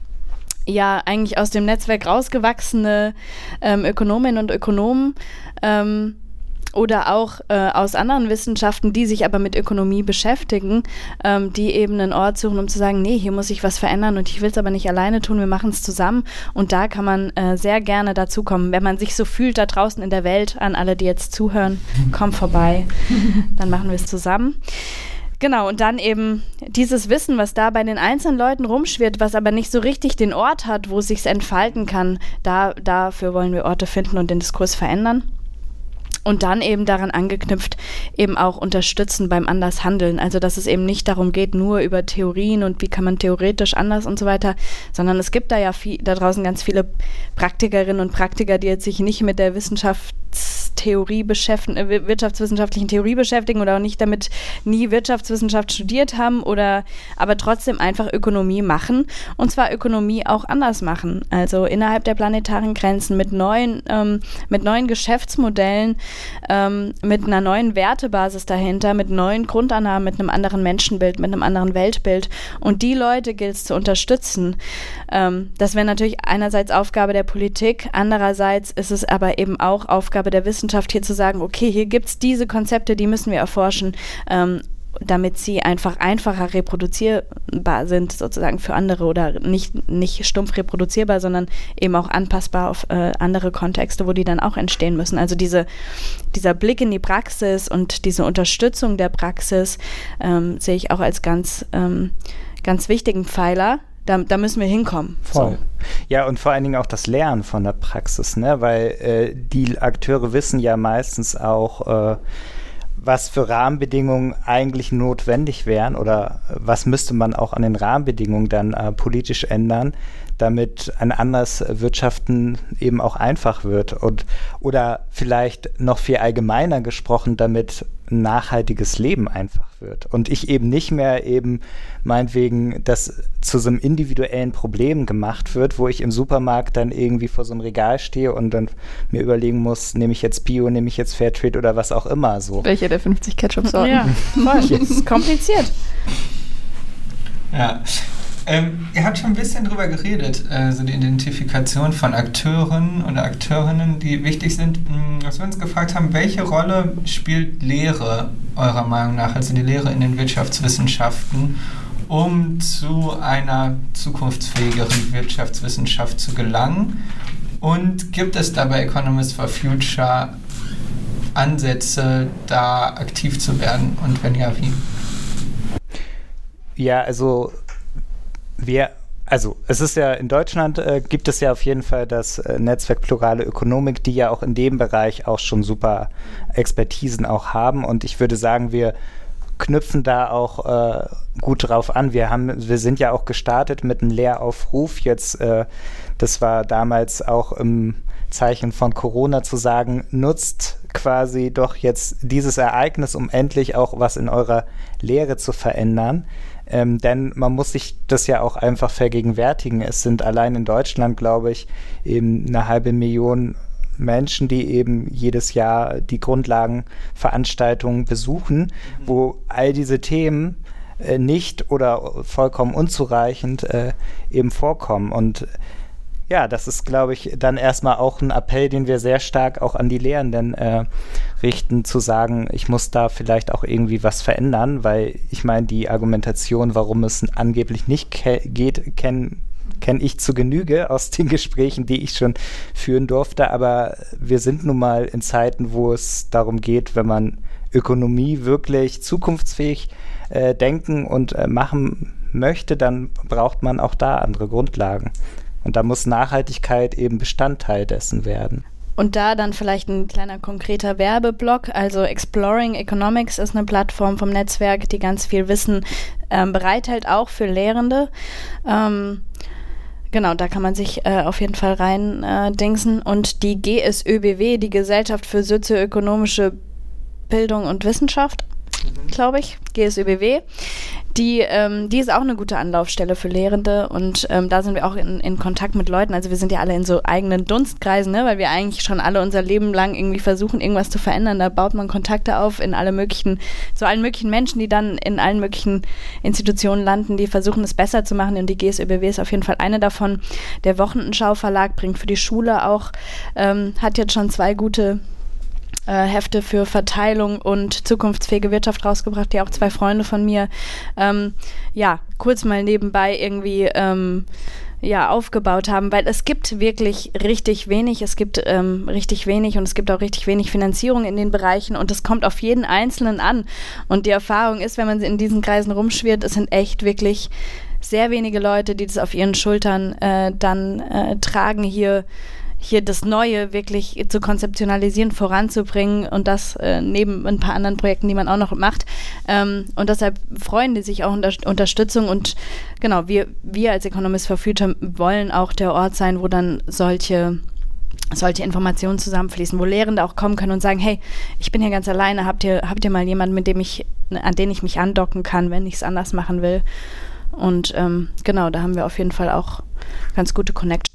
ja eigentlich aus dem Netzwerk rausgewachsene ähm, Ökonominnen und Ökonomen ähm, oder auch äh, aus anderen Wissenschaften, die sich aber mit Ökonomie beschäftigen, ähm, die eben einen Ort suchen, um zu sagen, nee, hier muss sich was verändern und ich will es aber nicht alleine tun, wir machen es zusammen. Und da kann man äh, sehr gerne dazukommen. Wenn man sich so fühlt da draußen in der Welt, an alle, die jetzt zuhören, kommt vorbei, dann machen wir es zusammen. Genau, und dann eben dieses Wissen, was da bei den einzelnen Leuten rumschwirrt, was aber nicht so richtig den Ort hat, wo es sich entfalten kann, da, dafür wollen wir Orte finden und den Diskurs verändern. Und dann eben daran angeknüpft eben auch unterstützen beim Andershandeln. Also dass es eben nicht darum geht, nur über Theorien und wie kann man theoretisch anders und so weiter, sondern es gibt da ja viel, da draußen ganz viele Praktikerinnen und Praktiker, die jetzt sich nicht mit der Wissenschaftstheorie beschäftigen, äh, wirtschaftswissenschaftlichen Theorie beschäftigen oder auch nicht damit nie Wirtschaftswissenschaft studiert haben oder aber trotzdem einfach Ökonomie machen und zwar Ökonomie auch anders machen. Also innerhalb der planetaren Grenzen mit neuen, ähm, mit neuen Geschäftsmodellen, Ähm, mit einer neuen Wertebasis dahinter, mit neuen Grundannahmen, mit einem anderen Menschenbild, mit einem anderen Weltbild. Und die Leute gilt es zu unterstützen. Ähm, das wäre natürlich einerseits Aufgabe der Politik, andererseits ist es aber eben auch Aufgabe der Wissenschaft, hier zu sagen, okay, hier gibt es diese Konzepte, die müssen wir erforschen, ähm, damit sie einfach einfacher reproduzierbar sind, sozusagen für andere oder nicht, nicht stumpf reproduzierbar, sondern eben auch anpassbar auf äh, andere Kontexte, wo die dann auch entstehen müssen. Also diese, dieser Blick in die Praxis und diese Unterstützung der Praxis ähm, sehe ich auch als ganz, ähm, ganz wichtigen Pfeiler. Da, da müssen wir hinkommen.
Voll.
So.
Ja, und vor allen Dingen auch das Lernen von der Praxis, ne? Weil äh, die Akteure wissen ja meistens auch, äh, was für Rahmenbedingungen eigentlich notwendig wären oder was müsste man auch an den Rahmenbedingungen dann äh, politisch ändern, damit ein anderes Wirtschaften eben auch einfach wird und oder vielleicht noch viel allgemeiner gesprochen, damit ein nachhaltiges Leben einfach wird und ich eben nicht mehr eben meinetwegen das zu so einem individuellen Problem gemacht wird, wo ich im Supermarkt dann irgendwie vor so einem Regal stehe und dann mir überlegen muss, nehme ich jetzt Bio, nehme ich jetzt Fairtrade oder was auch immer so.
Welche der fünfzig Ketchup-Sorten?
Ja, voll. Das ist kompliziert.
Ja. Ähm, ihr habt schon ein bisschen drüber geredet, äh, so die Identifikation von Akteuren oder Akteurinnen, die wichtig sind. Was wir uns gefragt haben, welche Rolle spielt Lehre eurer Meinung nach, also die Lehre in den Wirtschaftswissenschaften, um zu einer zukunftsfähigeren Wirtschaftswissenschaft zu gelangen? Und gibt es da bei Economists for Future Ansätze, da aktiv zu werden? Und wenn ja, wie?
Ja, also wir, also es ist ja in Deutschland äh, gibt es ja auf jeden Fall das äh, Netzwerk Plurale Ökonomik, die ja auch in dem Bereich auch schon super Expertisen auch haben und ich würde sagen, wir knüpfen da auch äh, gut drauf an. Wir haben, wir sind ja auch gestartet mit einem Lehraufruf jetzt, äh, das war damals auch im Zeichen von Corona zu sagen, nutzt quasi doch jetzt dieses Ereignis, um endlich auch was in eurer Lehre zu verändern. Ähm, denn man muss sich das ja auch einfach vergegenwärtigen. Es sind allein in Deutschland, glaube ich, eben eine halbe Million Menschen, die eben jedes Jahr die Grundlagenveranstaltungen besuchen, mhm. wo all diese Themen äh, nicht oder vollkommen unzureichend äh, eben vorkommen. Und ja, das ist, glaube ich, dann erstmal auch ein Appell, den wir sehr stark auch an die Lehrenden äh, richten, zu sagen, ich muss da vielleicht auch irgendwie was verändern, weil ich meine, die Argumentation, warum es angeblich nicht ke- geht, kennen kenne ich zu Genüge aus den Gesprächen, die ich schon führen durfte, aber wir sind nun mal in Zeiten, wo es darum geht, wenn man Ökonomie wirklich zukunftsfähig äh, denken und äh, machen möchte, dann braucht man auch da andere Grundlagen. Und da muss Nachhaltigkeit eben Bestandteil dessen werden.
Und da dann vielleicht ein kleiner konkreter Werbeblock. Also Exploring Economics ist eine Plattform vom Netzwerk, die ganz viel Wissen ähm, bereithält, auch für Lehrende. Ähm, genau, da kann man sich äh, auf jeden Fall rein äh, dingsen. Und die G S Ö B W, die Gesellschaft für sozioökonomische Bildung und Wissenschaft, glaube ich, G S Ö B W. Die, ähm, die ist auch eine gute Anlaufstelle für Lehrende und ähm, da sind wir auch in, in Kontakt mit Leuten. Also wir sind ja alle in so eigenen Dunstkreisen, ne? Weil wir eigentlich schon alle unser Leben lang irgendwie versuchen, irgendwas zu verändern. Da baut man Kontakte auf in alle möglichen, zu allen möglichen Menschen, die dann in allen möglichen Institutionen landen, die versuchen, es besser zu machen. Und die G S Ö B W ist auf jeden Fall eine davon. Der Wochenendschau Verlag bringt für die Schule auch, ähm, hat jetzt schon zwei gute Äh, Hefte für Verteilung und zukunftsfähige Wirtschaft rausgebracht, die auch zwei Freunde von mir ähm, ja, kurz mal nebenbei irgendwie ähm, ja, aufgebaut haben, weil es gibt wirklich richtig wenig, es gibt ähm, richtig wenig und es gibt auch richtig wenig Finanzierung in den Bereichen und es kommt auf jeden Einzelnen an und die Erfahrung ist, wenn man in diesen Kreisen rumschwirrt, es sind echt wirklich sehr wenige Leute, die das auf ihren Schultern äh, dann äh, tragen, hier hier das Neue wirklich zu konzeptionalisieren, voranzubringen und das äh, neben ein paar anderen Projekten, die man auch noch macht. Ähm, und deshalb freuen die sich auch unter Unterstützung und genau, wir, wir als Economists for Future wollen auch der Ort sein, wo dann solche solche Informationen zusammenfließen, wo Lehrende auch kommen können und sagen, hey, ich bin hier ganz alleine, habt ihr, habt ihr mal jemanden, mit dem ich, an den ich mich andocken kann, wenn ich es anders machen will? Und ähm, genau, da haben wir auf jeden Fall auch ganz gute Connections.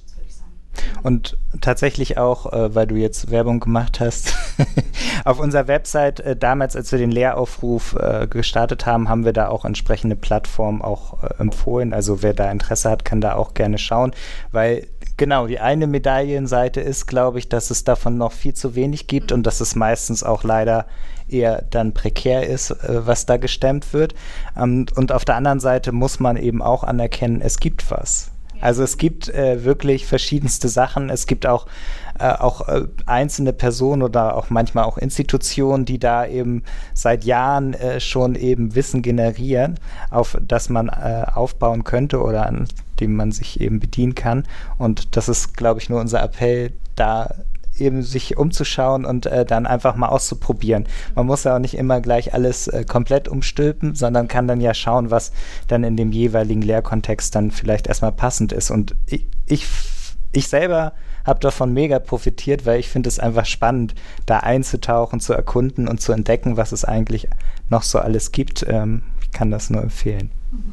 Und tatsächlich auch, äh, weil du jetzt Werbung gemacht hast, auf unserer Website, äh, damals, als wir den Lehraufruf äh, gestartet haben, haben wir da auch entsprechende Plattformen auch äh, empfohlen. Also wer da Interesse hat, kann da auch gerne schauen, weil genau, die eine Medaillenseite ist, glaube ich, dass es davon noch viel zu wenig gibt und dass es meistens auch leider eher dann prekär ist, äh, was da gestemmt wird. Ähm, und auf der anderen Seite muss man eben auch anerkennen, es gibt was. Also es gibt äh, wirklich verschiedenste Sachen. Es gibt auch, äh, auch äh, einzelne Personen oder auch manchmal auch Institutionen, die da eben seit Jahren äh, schon eben Wissen generieren, auf das man äh, aufbauen könnte oder an dem man sich eben bedienen kann. Und das ist, glaube ich, nur unser Appell, da eben sich umzuschauen und äh, dann einfach mal auszuprobieren. Man muss ja auch nicht immer gleich alles äh, komplett umstülpen, sondern kann dann ja schauen, was dann in dem jeweiligen Lehrkontext dann vielleicht erstmal passend ist. Und ich, ich, ich selber habe davon mega profitiert, weil ich finde es einfach spannend, da einzutauchen, zu erkunden und zu entdecken, was es eigentlich noch so alles gibt. Ähm, ich kann das nur empfehlen.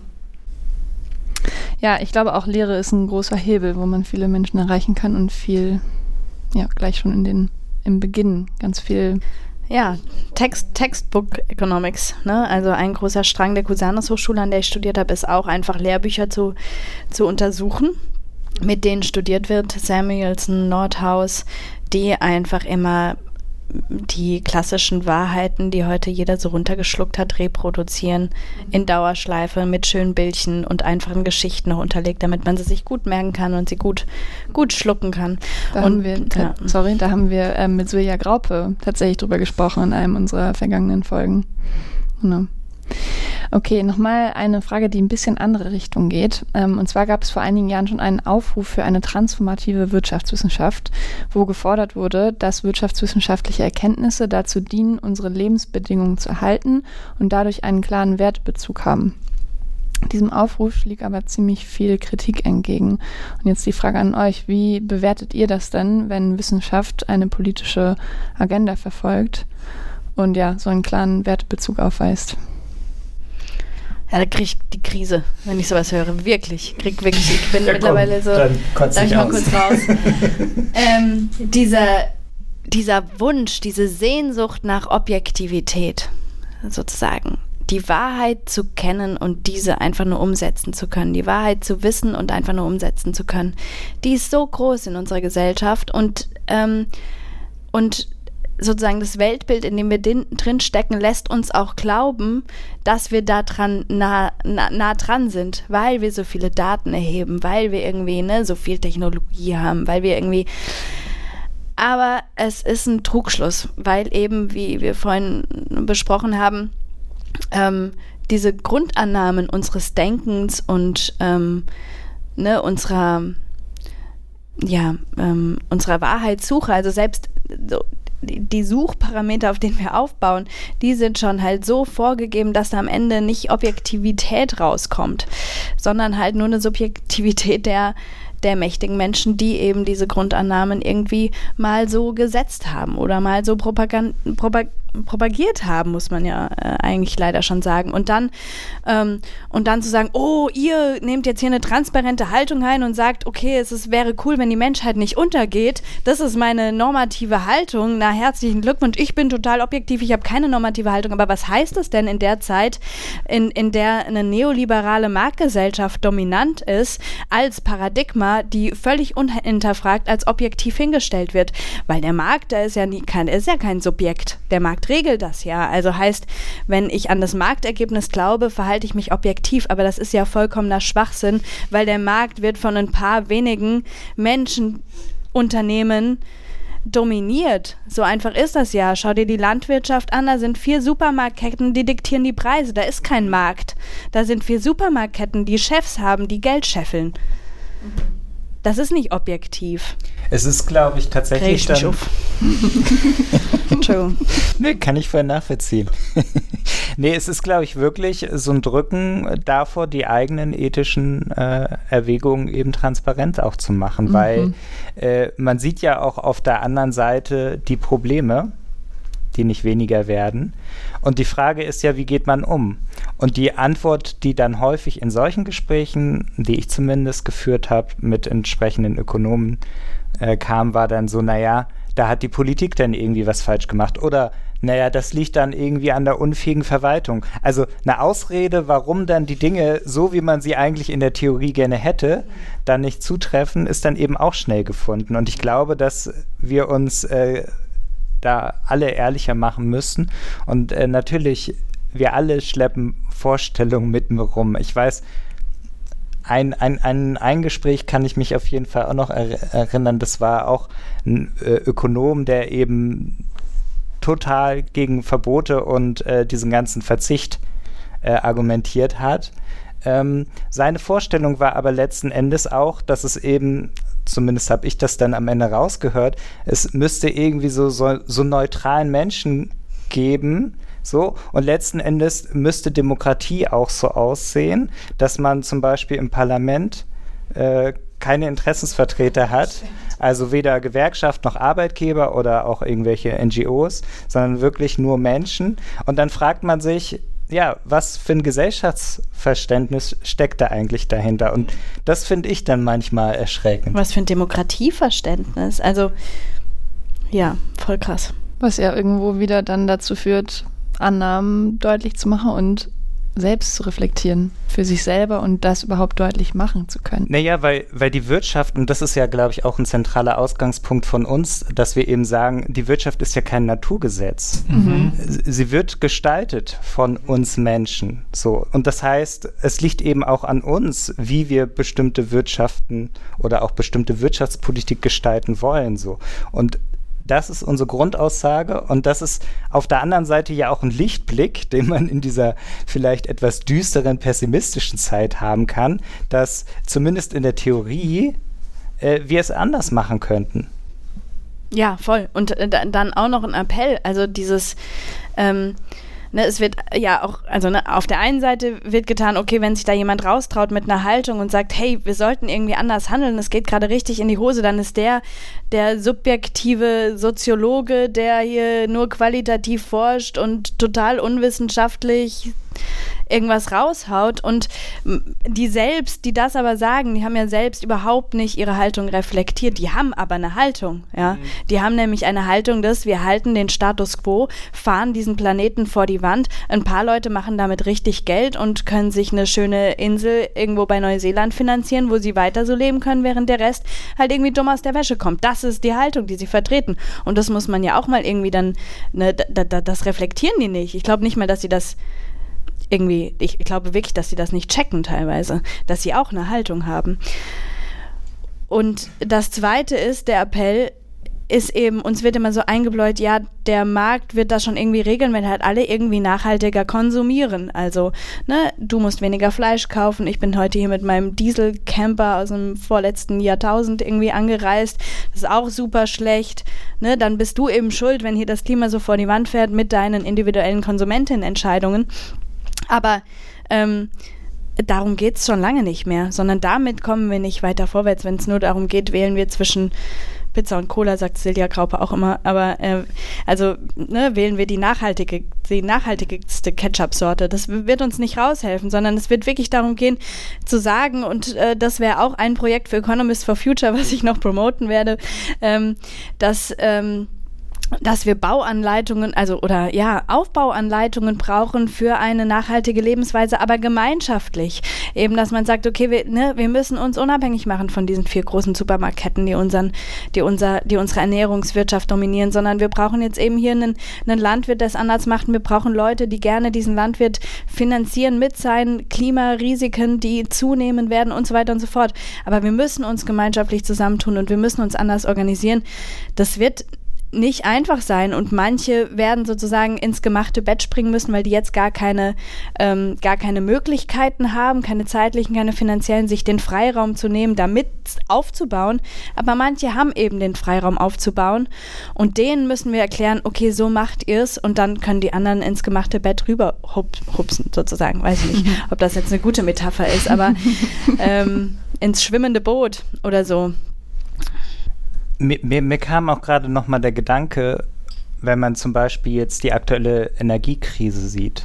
Ja, ich glaube auch Lehre ist ein großer Hebel, wo man viele Menschen erreichen kann und viel ja, gleich schon in den, im Beginn ganz viel.
Ja, Text, Textbook Economics, ne? Also ein großer Strang der Cusanus Hochschule, an der ich studiert habe, ist auch einfach Lehrbücher zu, zu untersuchen, mit denen studiert wird. Samuelson, Nordhaus, die einfach immer die klassischen Wahrheiten, die heute jeder so runtergeschluckt hat, reproduzieren in Dauerschleife mit schönen Bildchen und einfachen Geschichten noch unterlegt, damit man sie sich gut merken kann und sie gut, gut schlucken kann.
Da
und,
haben wir, ja. Sorry, da haben wir äh, mit Silja Graupe tatsächlich drüber gesprochen in einem unserer vergangenen Folgen. Genau. Okay, nochmal eine Frage, die ein bisschen andere Richtung geht. Ähm, und zwar gab es vor einigen Jahren schon einen Aufruf für eine transformative Wirtschaftswissenschaft, wo gefordert wurde, dass wirtschaftswissenschaftliche Erkenntnisse dazu dienen, unsere Lebensbedingungen zu erhalten und dadurch einen klaren Wertbezug haben. Diesem Aufruf liegt aber ziemlich viel Kritik entgegen. Und jetzt die Frage an euch, wie bewertet ihr das denn, wenn Wissenschaft eine politische Agenda verfolgt und ja, so einen klaren Wertbezug aufweist?
Ja, da krieg ich die Krise, wenn ich sowas höre. Wirklich. Krieg wirklich, ich bin ja, mittlerweile
komm,
so.
Dann kotz
darf ich
aus.
mal kurz raus. ähm, dieser, dieser Wunsch, diese Sehnsucht nach Objektivität, sozusagen. Die Wahrheit zu kennen und diese einfach nur umsetzen zu können. Die Wahrheit zu wissen und einfach nur umsetzen zu können. Die ist so groß in unserer Gesellschaft und, ähm, und sozusagen das Weltbild, in dem wir drin stecken, lässt uns auch glauben, dass wir da dran nah, nah, nah dran sind, weil wir so viele Daten erheben, weil wir irgendwie ne, so viel Technologie haben, weil wir irgendwie. Aber es ist ein Trugschluss, weil eben, wie wir vorhin besprochen haben, ähm, diese Grundannahmen unseres Denkens und ähm, ne, unserer, ja, ähm, unserer Wahrheitssuche, also selbst so die Suchparameter, auf denen wir aufbauen, die sind schon halt so vorgegeben, dass da am Ende nicht Objektivität rauskommt, sondern halt nur eine Subjektivität der, der mächtigen Menschen, die eben diese Grundannahmen irgendwie mal so gesetzt haben oder mal so propagand- propag- propagiert haben, muss man ja äh, eigentlich leider schon sagen. Und dann, ähm, und dann zu sagen, oh, ihr nehmt jetzt hier eine transparente Haltung ein und sagt, okay, es ist, wäre cool, wenn die Menschheit nicht untergeht. Das ist meine normative Haltung. Na, herzlichen Glückwunsch. Ich bin total objektiv, ich habe keine normative Haltung. Aber was heißt es denn in der Zeit, in, in der eine neoliberale Marktgesellschaft dominant ist, als Paradigma, die völlig unhinterfragt als objektiv hingestellt wird? Weil der Markt, der ist ja, nie, kein, ist ja kein Subjekt. Der Markt regelt das ja. Also heißt, wenn ich an das Marktergebnis glaube, verhalte ich mich objektiv, aber das ist ja vollkommener Schwachsinn, weil der Markt wird von ein paar wenigen Menschenunternehmen dominiert. So einfach ist das ja. Schau dir die Landwirtschaft an, da sind vier Supermarktketten, die diktieren die Preise. Da ist kein Markt. Da sind vier Supermarktketten, die Chefs haben, die Geld scheffeln. Das ist nicht objektiv.
Es ist, glaube ich, tatsächlich
Dreh ich
dann...
Entschuldigung.
Nee, kann ich voll nachvollziehen. Nee, es ist, glaube ich, wirklich so ein Drücken davor, die eigenen ethischen äh, Erwägungen eben transparent auch zu machen, mhm. weil äh, man sieht ja auch auf der anderen Seite die Probleme, die nicht weniger werden. Und die Frage ist ja, wie geht man um? Und die Antwort, die dann häufig in solchen Gesprächen, die ich zumindest geführt habe mit entsprechenden Ökonomen, äh, kam, war dann so, naja, da hat die Politik dann irgendwie was falsch gemacht. Oder, naja, das liegt dann irgendwie an der unfähigen Verwaltung. Also eine Ausrede, warum dann die Dinge, so wie man sie eigentlich in der Theorie gerne hätte, dann nicht zutreffen, ist dann eben auch schnell gefunden. Und ich glaube, dass wir uns äh, da alle ehrlicher machen müssen. Und äh, natürlich, wir alle schleppen Vorstellungen mit mir rum. Ich weiß, ein, ein, ein, ein Gespräch kann ich mich auf jeden Fall auch noch er- erinnern. Das war auch ein äh, Ökonom, der eben total gegen Verbote und äh, diesen ganzen Verzicht äh, argumentiert hat. Ähm, seine Vorstellung war aber letzten Endes auch, dass es eben, zumindest habe ich das dann am Ende rausgehört, es müsste irgendwie so, so, so neutralen Menschen geben, so, und letzten Endes müsste Demokratie auch so aussehen, dass man zum Beispiel im Parlament äh, keine Interessensvertreter hat, also weder Gewerkschaft noch Arbeitgeber oder auch irgendwelche N G Os, sondern wirklich nur Menschen. Und dann fragt man sich, ja, was für ein Gesellschaftsverständnis steckt da eigentlich dahinter? Und das finde ich dann manchmal erschreckend.
Was für ein Demokratieverständnis? Also, ja, voll krass.
Was ja irgendwo wieder dann dazu führt, Annahmen deutlich zu machen und selbst zu reflektieren für sich selber und das überhaupt deutlich machen zu können.
Naja, weil, weil die Wirtschaft, und das ist ja, glaube ich, auch ein zentraler Ausgangspunkt von uns, dass wir eben sagen, die Wirtschaft ist ja kein Naturgesetz. Mhm. Sie wird gestaltet von uns Menschen. So. Und das heißt, es liegt eben auch an uns, wie wir bestimmte Wirtschaften oder auch bestimmte Wirtschaftspolitik gestalten wollen. So. Und das ist unsere Grundaussage und das ist auf der anderen Seite ja auch ein Lichtblick, den man in dieser vielleicht etwas düsteren, pessimistischen Zeit haben kann, dass zumindest in der Theorie äh, wir es anders machen könnten.
Ja, voll. Und äh, dann auch noch ein Appell, also dieses ähm, Ne, es wird ja auch, also ne, auf der einen Seite wird getan, okay, wenn sich da jemand raustraut mit einer Haltung und sagt, hey, wir sollten irgendwie anders handeln, es geht gerade richtig in die Hose, dann ist der der subjektive Soziologe, der hier nur qualitativ forscht und total unwissenschaftlich irgendwas raushaut und die selbst, die das aber sagen, die haben ja selbst überhaupt nicht ihre Haltung reflektiert, die haben aber eine Haltung, ja, mhm. die haben nämlich eine Haltung, dass wir halten den Status quo, fahren diesen Planeten vor die Wand, ein paar Leute machen damit richtig Geld und können sich eine schöne Insel irgendwo bei Neuseeland finanzieren, wo sie weiter so leben können, während der Rest halt irgendwie dumm aus der Wäsche kommt. Das ist die Haltung, die sie vertreten und das muss man ja auch mal irgendwie dann, ne, da, da, das reflektieren die nicht. Ich glaube nicht mal, dass sie das irgendwie, ich glaube wirklich, dass sie das nicht checken teilweise, dass sie auch eine Haltung haben. Und das Zweite ist, der Appell ist eben, uns wird immer so eingebläut, ja, der Markt wird das schon irgendwie regeln, wenn halt alle irgendwie nachhaltiger konsumieren. Also, ne, du musst weniger Fleisch kaufen, ich bin heute hier mit meinem Dieselcamper aus dem vorletzten Jahrtausend irgendwie angereist, das ist auch super schlecht, ne, dann bist du eben schuld, wenn hier das Klima so vor die Wand fährt mit deinen individuellen Konsumentinnenentscheidungen. Aber ähm, darum geht es schon lange nicht mehr, sondern damit kommen wir nicht weiter vorwärts. Wenn es nur darum geht, wählen wir zwischen Pizza und Cola, sagt Silja Graupe auch immer, aber äh, also ne, wählen wir die nachhaltige, die nachhaltigste Ketchup-Sorte. Das wird uns nicht raushelfen, sondern es wird wirklich darum gehen, zu sagen, und äh, das wäre auch ein Projekt für Economists for Future, was ich noch promoten werde, ähm, dass ähm, dass wir Bauanleitungen, also oder ja, Aufbauanleitungen brauchen für eine nachhaltige Lebensweise, aber gemeinschaftlich. Eben, dass man sagt, okay, wir, ne, wir müssen uns unabhängig machen von diesen vier großen Supermarktketten, die unseren, die unser, die unsere Ernährungswirtschaft dominieren, sondern wir brauchen jetzt eben hier einen, einen Landwirt, der es anders macht. Und wir brauchen Leute, die gerne diesen Landwirt finanzieren mit seinen Klimarisiken, die zunehmen werden und so weiter und so fort. Aber wir müssen uns gemeinschaftlich zusammentun und wir müssen uns anders organisieren. Das wird nicht einfach sein und manche werden sozusagen ins gemachte Bett springen müssen, weil die jetzt gar keine, ähm, gar keine Möglichkeiten haben, keine zeitlichen, keine finanziellen, sich den Freiraum zu nehmen, damit aufzubauen. Aber manche haben eben den Freiraum aufzubauen und denen müssen wir erklären, okay, so macht ihr es und dann können die anderen ins gemachte Bett rüber hupsen, sozusagen. Weiß ich nicht, ob das jetzt eine gute Metapher ist, aber ähm, ins schwimmende Boot oder so.
Mir, mir, mir kam auch gerade nochmal der Gedanke, wenn man zum Beispiel jetzt die aktuelle Energiekrise sieht.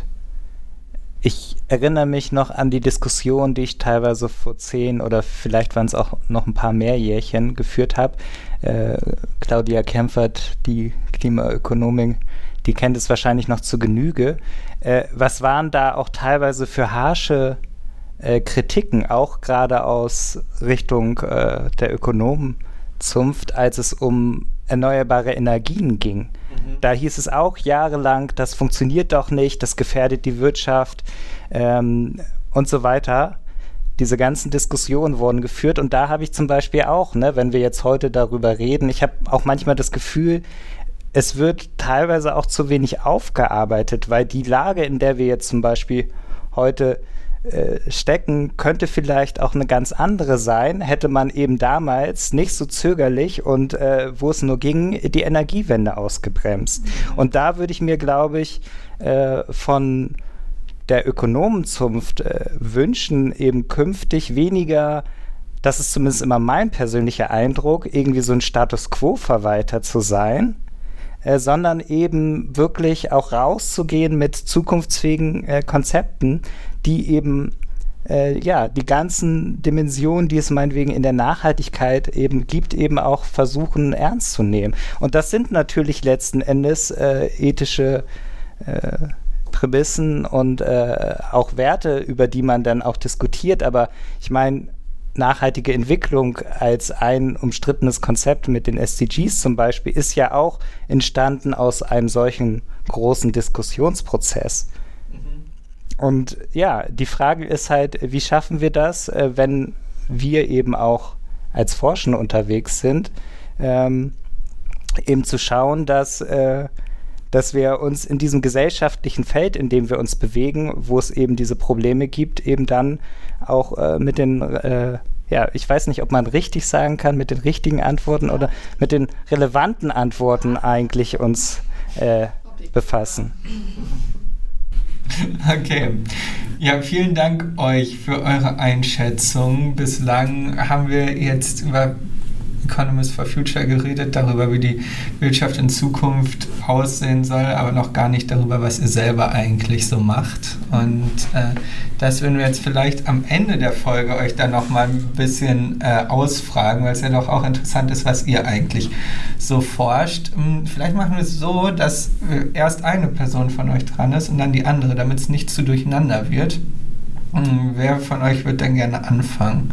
Ich erinnere mich noch an die Diskussion, die ich teilweise vor zehn oder vielleicht waren es auch noch ein paar mehr Jährchen geführt habe. Äh, Claudia Kempfert, die Klimaökonomin, die kennt es wahrscheinlich noch zu Genüge. Äh, was waren da auch teilweise für harsche äh, Kritiken, auch gerade aus Richtung äh, der Ökonomen? Zunft, als es um erneuerbare Energien ging. Mhm. Da hieß es auch jahrelang, das funktioniert doch nicht, das gefährdet die Wirtschaft ähm, und so weiter. Diese ganzen Diskussionen wurden geführt und da habe ich zum Beispiel auch, ne, wenn wir jetzt heute darüber reden, ich habe auch manchmal das Gefühl, es wird teilweise auch zu wenig aufgearbeitet, weil die Lage, in der wir jetzt zum Beispiel heute stecken, könnte vielleicht auch eine ganz andere sein, hätte man eben damals nicht so zögerlich und äh, wo es nur ging, die Energiewende ausgebremst. Mhm. Und da würde ich mir, glaube ich, äh, von der Ökonomenzunft äh, wünschen, eben künftig weniger, das ist zumindest immer mein persönlicher Eindruck, irgendwie so ein Status-Quo-Verwalter zu sein, äh, sondern eben wirklich auch rauszugehen mit zukunftsfähigen äh, Konzepten, die eben äh, ja, die ganzen Dimensionen, die es meinetwegen in der Nachhaltigkeit eben gibt, eben auch versuchen ernst zu nehmen. Und das sind natürlich letzten Endes äh, ethische äh, Prämissen und äh, auch Werte, über die man dann auch diskutiert. Aber ich meine, nachhaltige Entwicklung als ein umstrittenes Konzept mit den S D Gs zum Beispiel ist ja auch entstanden aus einem solchen großen Diskussionsprozess. Und ja, die Frage ist halt, wie schaffen wir das, äh, wenn wir eben auch als Forschende unterwegs sind, ähm, eben zu schauen, dass, äh, dass wir uns in diesem gesellschaftlichen Feld, in dem wir uns bewegen, wo es eben diese Probleme gibt, eben dann auch äh, mit den, äh, ja, ich weiß nicht, ob man richtig sagen kann, mit den richtigen Antworten oder mit den relevanten Antworten eigentlich uns äh, befassen.
Okay. Ja, vielen Dank euch für eure Einschätzung. Bislang haben wir jetzt über Economists for Future geredet, darüber, wie die Wirtschaft in Zukunft aussehen soll, aber noch gar nicht darüber, was ihr selber eigentlich so macht. Und äh, das würden wir jetzt vielleicht am Ende der Folge euch dann noch mal ein bisschen äh, ausfragen, weil es ja doch auch interessant ist, was ihr eigentlich so forscht. Vielleicht machen wir es so, dass erst eine Person von euch dran ist und dann die andere, damit es nicht zu durcheinander wird. Wer von euch wird denn gerne anfangen?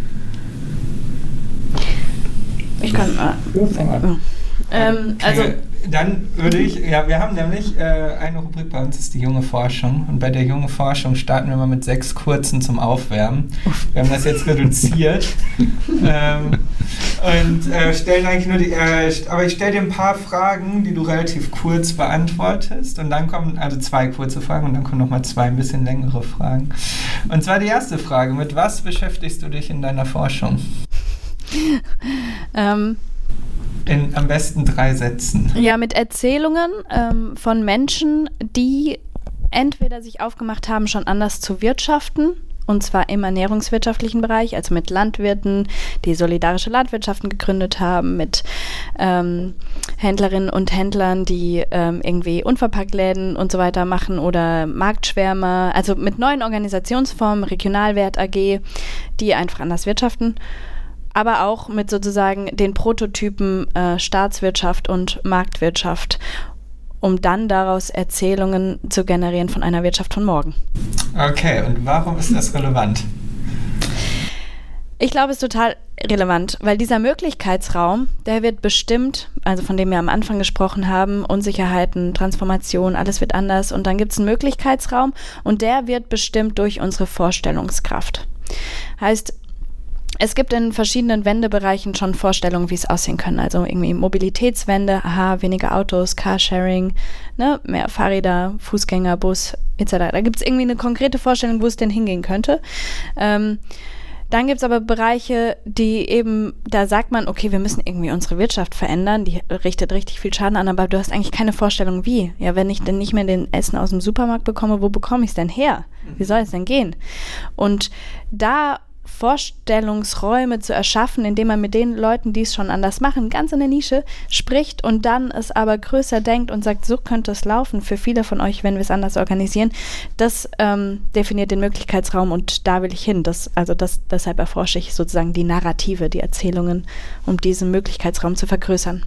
Ich kann mal. Ähm, also
okay. Dann würde ich, ja, wir haben nämlich äh, eine Rubrik bei uns, ist die junge Forschung. Und bei der jungen Forschung starten wir mal mit sechs kurzen zum Aufwärmen. Wir haben das jetzt reduziert. ähm, und äh, stellen eigentlich nur die, äh, aber ich stelle dir ein paar Fragen, die du relativ kurz beantwortest. Und dann kommen, also zwei kurze Fragen und dann kommen nochmal zwei ein bisschen längere Fragen. Und zwar die erste Frage, mit was beschäftigst du dich in deiner Forschung?
ähm,
In am besten drei Sätzen.
Ja, mit Erzählungen ähm, von Menschen, die entweder sich aufgemacht haben, schon anders zu wirtschaften und zwar im ernährungswirtschaftlichen Bereich, also mit Landwirten, die solidarische Landwirtschaften gegründet haben, mit ähm, Händlerinnen und Händlern, die ähm, irgendwie Unverpacktläden und so weiter machen oder Marktschwärmer, also mit neuen Organisationsformen, Regionalwert A G, die einfach anders wirtschaften, aber auch mit sozusagen den Prototypen äh, Staatswirtschaft und Marktwirtschaft, um dann daraus Erzählungen zu generieren von einer Wirtschaft von morgen.
Okay, und warum ist das relevant?
Ich glaube, es ist total relevant, weil dieser Möglichkeitsraum, der wird bestimmt, also von dem wir am Anfang gesprochen haben, Unsicherheiten, Transformation, alles wird anders, und dann gibt es einen Möglichkeitsraum und der wird bestimmt durch unsere Vorstellungskraft. Heißt, es gibt in verschiedenen Wendebereichen schon Vorstellungen, wie es aussehen können. Also irgendwie Mobilitätswende, aha, weniger Autos, Carsharing, ne, mehr Fahrräder, Fußgänger, Bus et cetera. Da gibt es irgendwie eine konkrete Vorstellung, wo es denn hingehen könnte. Ähm, dann gibt es aber Bereiche, die eben, da sagt man, okay, wir müssen irgendwie unsere Wirtschaft verändern, die richtet richtig viel Schaden an, aber du hast eigentlich keine Vorstellung, wie. Ja, wenn ich denn nicht mehr den Essen aus dem Supermarkt bekomme, wo bekomme ich es denn her? Wie soll es denn gehen? Und da Vorstellungsräume zu erschaffen, indem man mit den Leuten, die es schon anders machen, ganz in der Nische spricht und dann es aber größer denkt und sagt, so könnte es laufen für viele von euch, wenn wir es anders organisieren, das ähm, definiert den Möglichkeitsraum und da will ich hin. Das, also das, deshalb erforsche ich sozusagen die Narrative, die Erzählungen, um diesen Möglichkeitsraum zu vergrößern.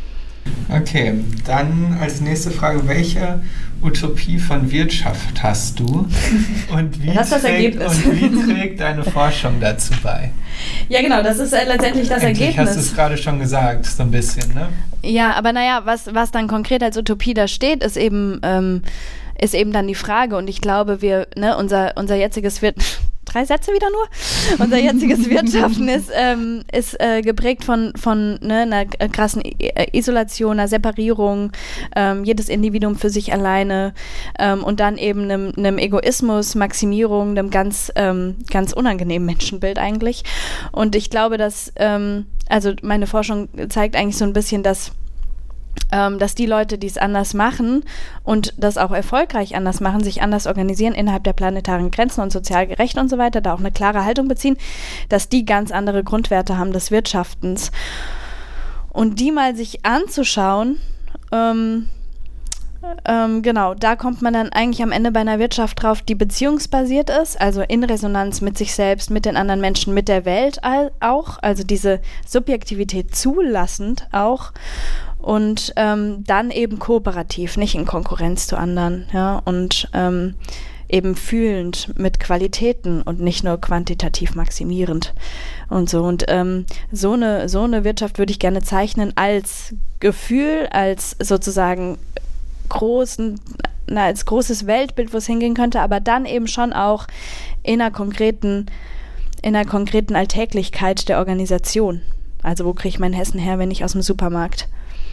Okay, dann als nächste Frage, welche Utopie von Wirtschaft hast du und wie,
das ist das
trägt,
Ergebnis.
und wie trägt deine Forschung dazu bei?
Ja, genau, das ist äh, letztendlich das
Eigentlich
Ergebnis.
hast du es gerade schon gesagt, so ein bisschen, ne?
Ja, aber naja, was, was dann konkret als Utopie da steht, ist eben, ähm, ist eben dann die Frage, und ich glaube, wir, ne, unser, unser jetziges Wirt Drei Sätze wieder nur. Unser jetziges Wirtschaften ist, ähm, ist äh, geprägt von, von ne, einer krassen Isolation, einer Separierung, ähm, jedes Individuum für sich alleine ähm, und dann eben einem, einem Egoismus, Maximierung, einem ganz, ähm, ganz unangenehmen Menschenbild eigentlich. Und ich glaube, dass, ähm, also meine Forschung zeigt eigentlich so ein bisschen, dass Ähm, dass die Leute, die es anders machen und das auch erfolgreich anders machen, sich anders organisieren innerhalb der planetaren Grenzen und sozial gerecht und so weiter, da auch eine klare Haltung beziehen, dass die ganz andere Grundwerte haben des Wirtschaftens. Und die mal sich anzuschauen, ähm, ähm, genau, da kommt man dann eigentlich am Ende bei einer Wirtschaft drauf, die beziehungsbasiert ist, also in Resonanz mit sich selbst, mit den anderen Menschen, mit der Welt all, auch, also diese Subjektivität zulassend auch. Und ähm, dann eben kooperativ, nicht in Konkurrenz zu anderen, ja, und ähm, eben fühlend mit Qualitäten und nicht nur quantitativ maximierend und so. Und ähm, so eine so eine Wirtschaft würde ich gerne zeichnen als Gefühl, als sozusagen großen, na, als großes Weltbild, wo es hingehen könnte, aber dann eben schon auch in einer konkreten, in einer konkreten Alltäglichkeit der Organisation. Also wo kriege ich mein Hessen her, wenn nicht aus dem Supermarkt?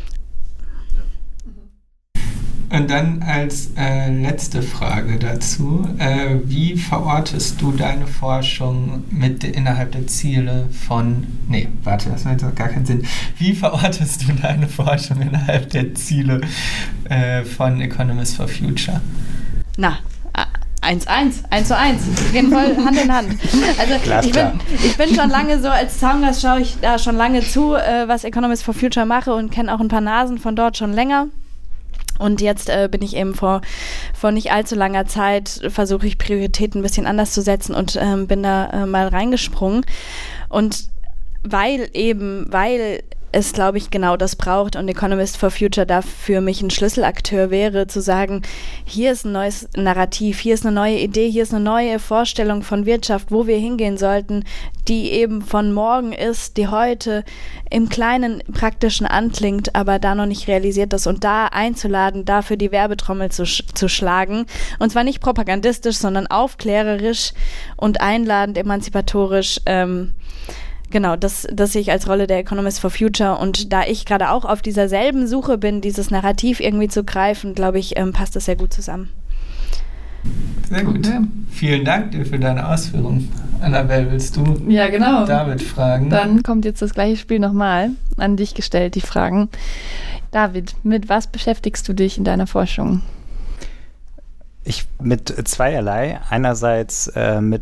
Und dann als äh, letzte Frage dazu, äh, wie verortest du deine Forschung mit innerhalb der Ziele von, nee, warte, das macht doch gar keinen Sinn. Wie verortest du deine Forschung innerhalb der Ziele äh, von Economists for Future?
Na, eins eins, eins zu eins. Wir gehen voll Hand in Hand. Also ich bin, ich bin schon lange so, als Zaungast schaue ich da schon lange zu, äh, was Economists for Future mache und kenne auch ein paar Nasen von dort schon länger. Und jetzt äh, bin ich eben vor, vor nicht allzu langer Zeit, versuche ich Prioritäten ein bisschen anders zu setzen und ähm, bin da äh, mal reingesprungen. Und weil eben, weil es, glaube ich, genau das braucht und Economists for Future da für mich ein Schlüsselakteur wäre, zu sagen, hier ist ein neues Narrativ, hier ist eine neue Idee, hier ist eine neue Vorstellung von Wirtschaft, wo wir hingehen sollten, die eben von morgen ist, die heute im Kleinen Praktischen anklingt, aber da noch nicht realisiert ist, und da einzuladen, dafür die Werbetrommel zu, sch- zu schlagen, und zwar nicht propagandistisch, sondern aufklärerisch und einladend, emanzipatorisch. ähm, Genau, das, das sehe ich als Rolle der Economists for Future, und da ich gerade auch auf dieser selben Suche bin, dieses Narrativ irgendwie zu greifen, glaube ich, ähm, passt das sehr gut zusammen.
Sehr gut. Okay. Vielen Dank dir für deine Ausführungen. Annabelle, willst du
ja, genau.
David fragen?
Dann kommt jetzt das gleiche Spiel nochmal an dich gestellt, die Fragen. David, mit was beschäftigst du dich in deiner Forschung?
Ich mit zweierlei. Einerseits äh, mit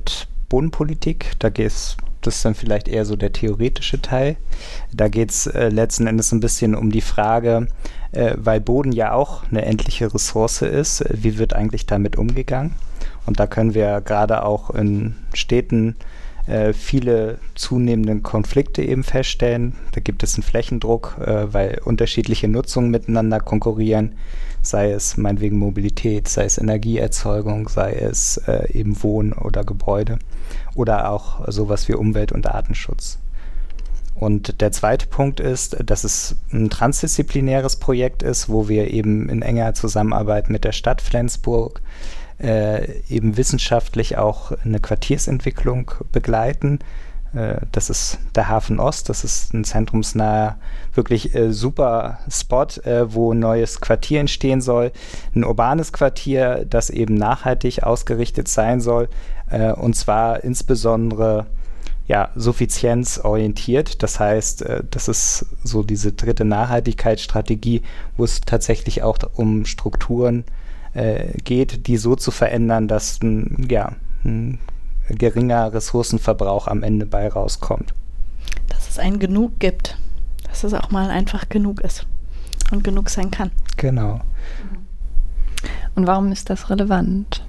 Bodenpolitik. Da geht es, das ist dann vielleicht eher so der theoretische Teil. Da geht es äh, letzten Endes ein bisschen um die Frage, äh, weil Boden ja auch eine endliche Ressource ist, äh, wie wird eigentlich damit umgegangen? Und da können wir gerade auch in Städten äh, viele zunehmende Konflikte eben feststellen. Da gibt es einen Flächendruck, äh, weil unterschiedliche Nutzungen miteinander konkurrieren, sei es meinetwegen Mobilität, sei es Energieerzeugung, sei es äh, eben Wohn- oder Gebäude oder auch sowas wie Umwelt- und Artenschutz. Und der zweite Punkt ist, dass es ein transdisziplinäres Projekt ist, wo wir eben in enger Zusammenarbeit mit der Stadt Flensburg äh, eben wissenschaftlich auch eine Quartiersentwicklung begleiten. Äh, das ist der Hafen Ost, das ist ein zentrumsnaher, wirklich äh, super Spot, äh, wo ein neues Quartier entstehen soll. Ein urbanes Quartier, das eben nachhaltig ausgerichtet sein soll, äh, und zwar insbesondere ja, suffizienzorientiert. Das heißt, äh, das ist so diese dritte Nachhaltigkeitsstrategie, wo es tatsächlich auch um Strukturen äh, geht, die so zu verändern, dass ein, ja, ein geringer Ressourcenverbrauch am Ende bei rauskommt.
Dass es ein Genug gibt. Dass es auch mal einfach genug ist und genug sein kann.
Genau.
Und warum ist das relevant?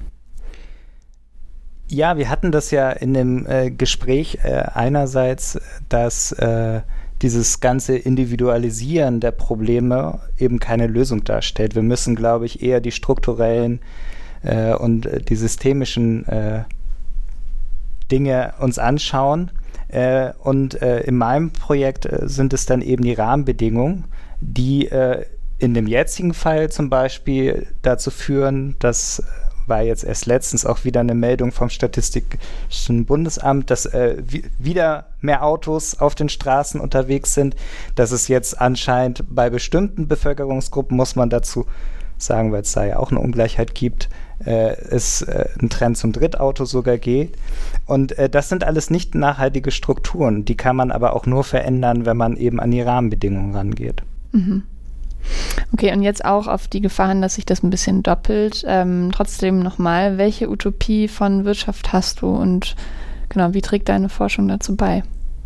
Ja, wir hatten das ja in dem äh, Gespräch äh, einerseits, dass äh, dieses ganze Individualisieren der Probleme eben keine Lösung darstellt. Wir müssen, glaube ich, eher die strukturellen äh, und äh, die systemischen äh, Dinge uns anschauen. Äh, und äh, in meinem Projekt äh, sind es dann eben die Rahmenbedingungen, die äh, in dem jetzigen Fall zum Beispiel dazu führen, dass war jetzt erst letztens auch wieder eine Meldung vom Statistischen Bundesamt, dass äh, wie, wieder mehr Autos auf den Straßen unterwegs sind, dass es jetzt anscheinend bei bestimmten Bevölkerungsgruppen, muss man dazu sagen, weil es da ja auch eine Ungleichheit gibt, äh, es äh, ein Trend zum Drittauto sogar geht. Und äh, das sind alles nicht nachhaltige Strukturen, die kann man aber auch nur verändern, wenn man eben an die Rahmenbedingungen rangeht.
Mhm. Okay, und jetzt auch auf die Gefahr hin, dass sich das ein bisschen doppelt. Ähm, trotzdem nochmal, welche Utopie von Wirtschaft hast du und genau, wie trägt deine Forschung dazu bei?